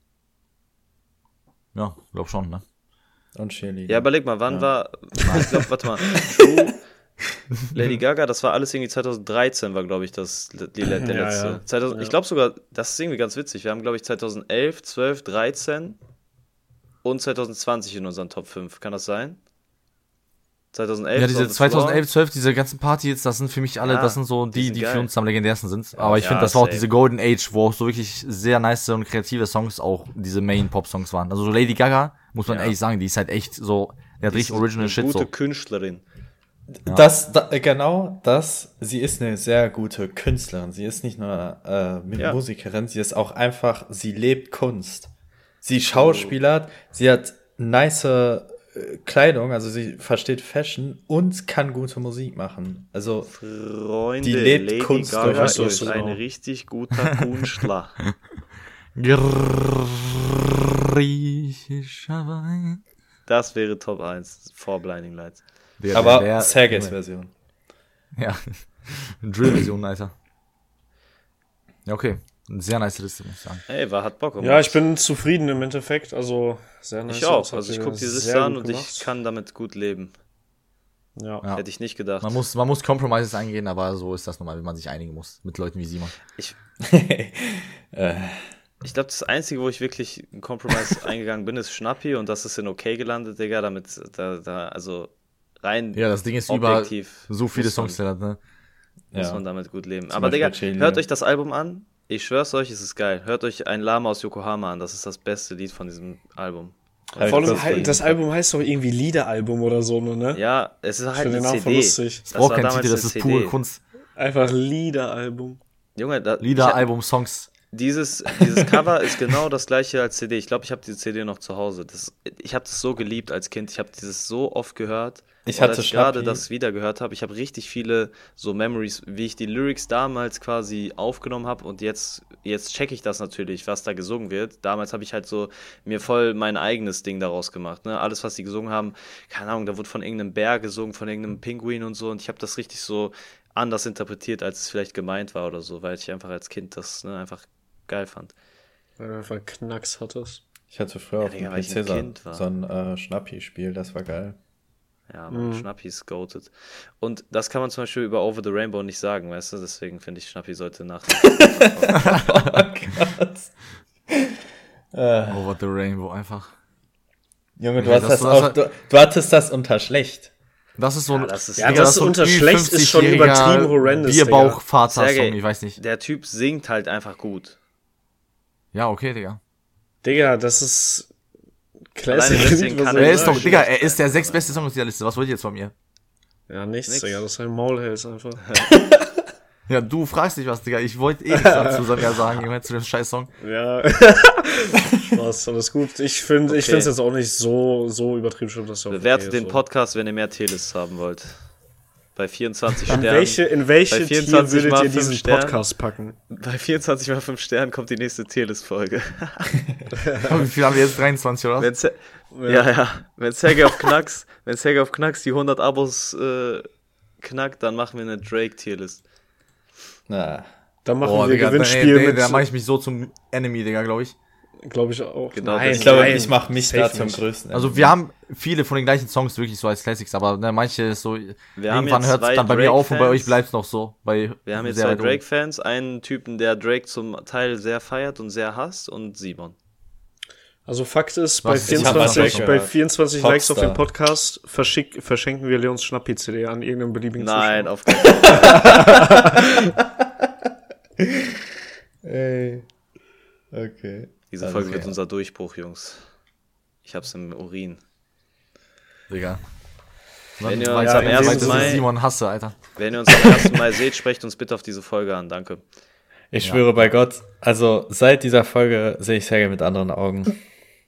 Ja, glaub schon, ne? und Cheerleader. Ja, überleg mal, wann Ja. war, ich glaube, warte mal, du, Lady Gaga, das war alles irgendwie zwanzig dreizehn war, glaube ich, das, die, der Ja, letzte. ja. zweitausend, Ja. Ich glaube sogar, das ist irgendwie ganz witzig, wir haben, glaube ich, zwanzig elf, zwölf, dreizehn und zwanzig zwanzig in unseren Top fünf. Kann das sein? zwanzig elf Ja, diese On the Floor. zwanzig elf, zwölf, diese ganzen Partys, das sind für mich alle, Ja, das sind so die die, sind die geil. für uns am legendärsten sind. Aber ich ja, finde, das war auch safe. diese Golden Age, wo auch so wirklich sehr nice und kreative Songs auch diese Main-Pop-Songs waren. Also so Lady Gaga, muss man Ja. ehrlich sagen, die ist halt echt so, der hat Die ist richtig Original eine Shit gute so. Künstlerin. Das, da, genau das, sie ist eine sehr gute Künstlerin. Sie ist nicht nur äh, mit Ja. Musikerin, sie ist auch einfach, sie lebt Kunst. Sie schauspielert, sie hat nice äh, Kleidung, also sie versteht Fashion und kann gute Musik machen. Also, Freunde, Die lebt Lady Kunst Gaga durch, weißt du, ist was du ein genau. richtig guter Künstler. Griechischer Wein. Das wäre Top eins vor Blinding Lights. Der- aber der- Sergeys Version. Ja. Drill-Version, Alter. Ja, okay. Eine sehr nice Liste, muss ich sagen. Ey, war hat Bock gemacht. Ja, ich bin zufrieden im Endeffekt. Also, sehr nice. Ich auch. Das hat Also ich mir gucke die sehr Liste an gut und ich gemacht. kann damit gut leben. Ja. Ja. Hätte ich nicht gedacht. Man muss, man muss Compromises eingehen, aber so ist das normal, wenn man sich einigen muss. Mit Leuten wie Simon. äh, Ich glaube, das Einzige, wo ich wirklich einen Compromise eingegangen bin, ist Schnappi und das ist in okay gelandet, Digga, damit da, da also rein Ja, das Ding ist über objektiv so viele muss man- Songs, der hat, ne? muss ja. man damit gut leben. Zum Aber Beispiel Digga, Cheerleader. hört euch das Album an. Ich schwör's euch, es ist geil. Hört euch ein Lama aus Yokohama an. Das ist das beste Lied von diesem Album. Hab ich Vor allem, kurz halt, gelesen. das Album heißt doch irgendwie Liederalbum oder so, ne? Ja, es ist Ich halt finde eine den Namen C voll D. lustig. Das braucht war keinen damals Titel, das eine ist C pure D. Kunst. Einfach Liederalbum. Junge, da, Lieder, ich hab- Album, Songs. Dieses, dieses Cover ist genau das gleiche als C D. Ich glaube, ich habe diese C D noch zu Hause. Das, ich habe das so geliebt als Kind. Ich habe dieses so oft gehört. Ich Und hatte als ich gerade Schnappi. das wieder gehört habe, ich habe richtig viele so Memories, wie ich die Lyrics damals quasi aufgenommen habe und jetzt, jetzt checke ich das natürlich, was da gesungen wird. Damals habe ich halt so mir voll mein eigenes Ding daraus gemacht. Ne? Alles, was die gesungen haben, keine Ahnung, da wurde von irgendeinem Bär gesungen, von irgendeinem Pinguin und so und ich habe das richtig so anders interpretiert, als es vielleicht gemeint war oder so, weil ich einfach als Kind das ne, einfach geil fand. Weil du einfach Knacks hattest. Ich hatte früher Ja, auf Digga, dem weil P ich C ein so, Kind war. so ein äh, Schnappi-Spiel, das war geil. Ja, man, Schnappi ist goated. Und das kann man zum Beispiel über Over the Rainbow nicht sagen, weißt du? Deswegen finde ich, Schnappi sollte nach. Over the Rainbow, einfach. Junge, du, Ja, hast das das war- auch, du, du hattest das unter schlecht. Das ist so ein, Ja, das ist- Ja, Digga, das ist so ein unter schlecht ist schon fünfzigjähriger übertrieben horrendous, Bierbauch-Vater-Song, Sergej, ich weiß nicht. Der Typ singt halt einfach gut. Ja, okay, Digga. Digga, das ist Alleine Classic. deswegen kann Er Ja, ist doch, schlecht Digga, er ist der sechstbeste Song auf dieser Liste. Was wollt ihr jetzt von mir? Ja, nichts, Nix. Digga, das ist ein Maulhals einfach. Ja, du fragst dich was, Digga. Ich wollte eh nichts dazu sagen, Junge, zu dem scheiß Song. Ja. Spaß, alles gut. Ich finde, ich Okay. finde es jetzt auch nicht so, so übertrieben schlimm, dass er auch Bewertet okay den ist, Podcast, wenn ihr mehr T-Lists haben wollt. Bei vierundzwanzig so. In Sternen. welche, in welche Bei Tier vierundzwanzig würdet mal ihr fünf diesen Sternen. Podcast packen? Bei vierundzwanzig mal fünf Sternen kommt die nächste Tierlist-Folge. Wie viel haben wir jetzt? dreiundzwanzig, oder? Wenn Se- ja, ja. Wenn Sergei auf Knacks, wenn Sergei auf Knacks die hundert Abos äh, knackt, dann machen wir eine Drake-Tierlist. Na, Dann machen Boah, wir Digga, Gewinnspiel ey, mit, da mache ich mich so zum Enemy, Digga, glaube ich. glaube ich auch. Genau, Nein, das- ich glaube, nein, ich mache mich safe da zum nicht. größten. Also wir haben viele von den gleichen Songs wirklich so als Classics, aber ne, manche ist so, haben irgendwann jetzt hört es zwei dann bei mir auf und bei Drake-Fans. euch bleibt es noch so. Bei Wir haben jetzt sehr zwei weit oben. Drake-Fans, einen Typen, der Drake zum Teil sehr feiert und sehr hasst, und Simon. Also Fakt ist, bei Was? Ich hab mal vierundzwanzig, Drake bei gehört. vierundzwanzig Likes auf Popstar. dem Podcast verschick, verschenken wir Leons Schnappi-C D an irgendeinem beliebigen Nein, Zuschauer. auf keinen Fall. Ey. Okay. Diese Alles Folge wird klar. unser Durchbruch, Jungs. Ich hab's im Urin. Digga. Wenn ihr Dann uns weiß am ich, ersten dass ich Mai- Simon hasse, Alter. Wenn ihr uns am ersten Mal seht, sprecht uns bitte auf diese Folge an. Danke. Ich schwöre bei Gott, also seit dieser Folge sehe ich Sergei mit anderen Augen.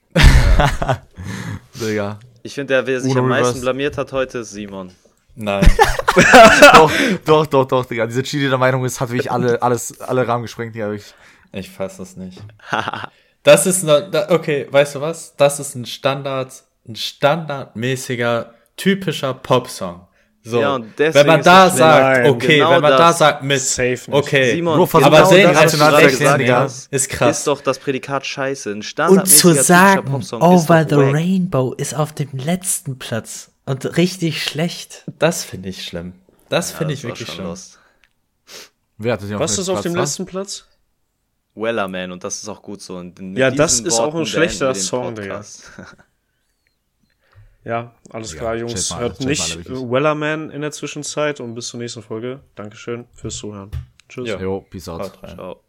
Digga. Ich finde, der, wer sich Uno am meisten Reverse. blamiert hat heute, ist Simon. Nein. doch, doch, doch, doch, Digga. Diese Chili der Meinung ist, hat wirklich alle, alles, alle Rahmen gesprengt, Digga. Wirklich. Ich fasse das nicht. Das ist noch, da, okay, weißt du was? Das ist ein Standard, ein standardmäßiger, typischer Popsong. So, Ja, und deswegen wenn man ist da es sagt, Nein, okay, genau wenn man da das. sagt mit, Safe nicht. okay, Simon, Bro, versuch aber genau sehen, das was rational du zu sagst, erklären, Digga. ist, ist krass. Ist doch das Prädikat scheiße. Ein Und standardmäßiger zu typischer sagen, Popsong Over ist the doch wack. Rainbow ist auf dem letzten Platz und richtig schlecht. Das finde ich schlimm. Das Ja, finde das ich war wirklich schon schlimm. lost. Wer hatte sie auf Was dem ist auf Platz, dem was? letzten Platz? Wellerman, und das ist auch gut so. Und mit Ja, das diesen ist auch ein Worten schlechter beenden wir den Song, Digga. Podcast. Ja, alles Ja, klar, chillt Jungs. mal, Hört chillt nicht mal, wirklich. Wellerman in der Zwischenzeit und bis zur nächsten Folge. Dankeschön fürs Zuhören. Tschüss. Ja. Jo, peace out. Haut rein. Ciao.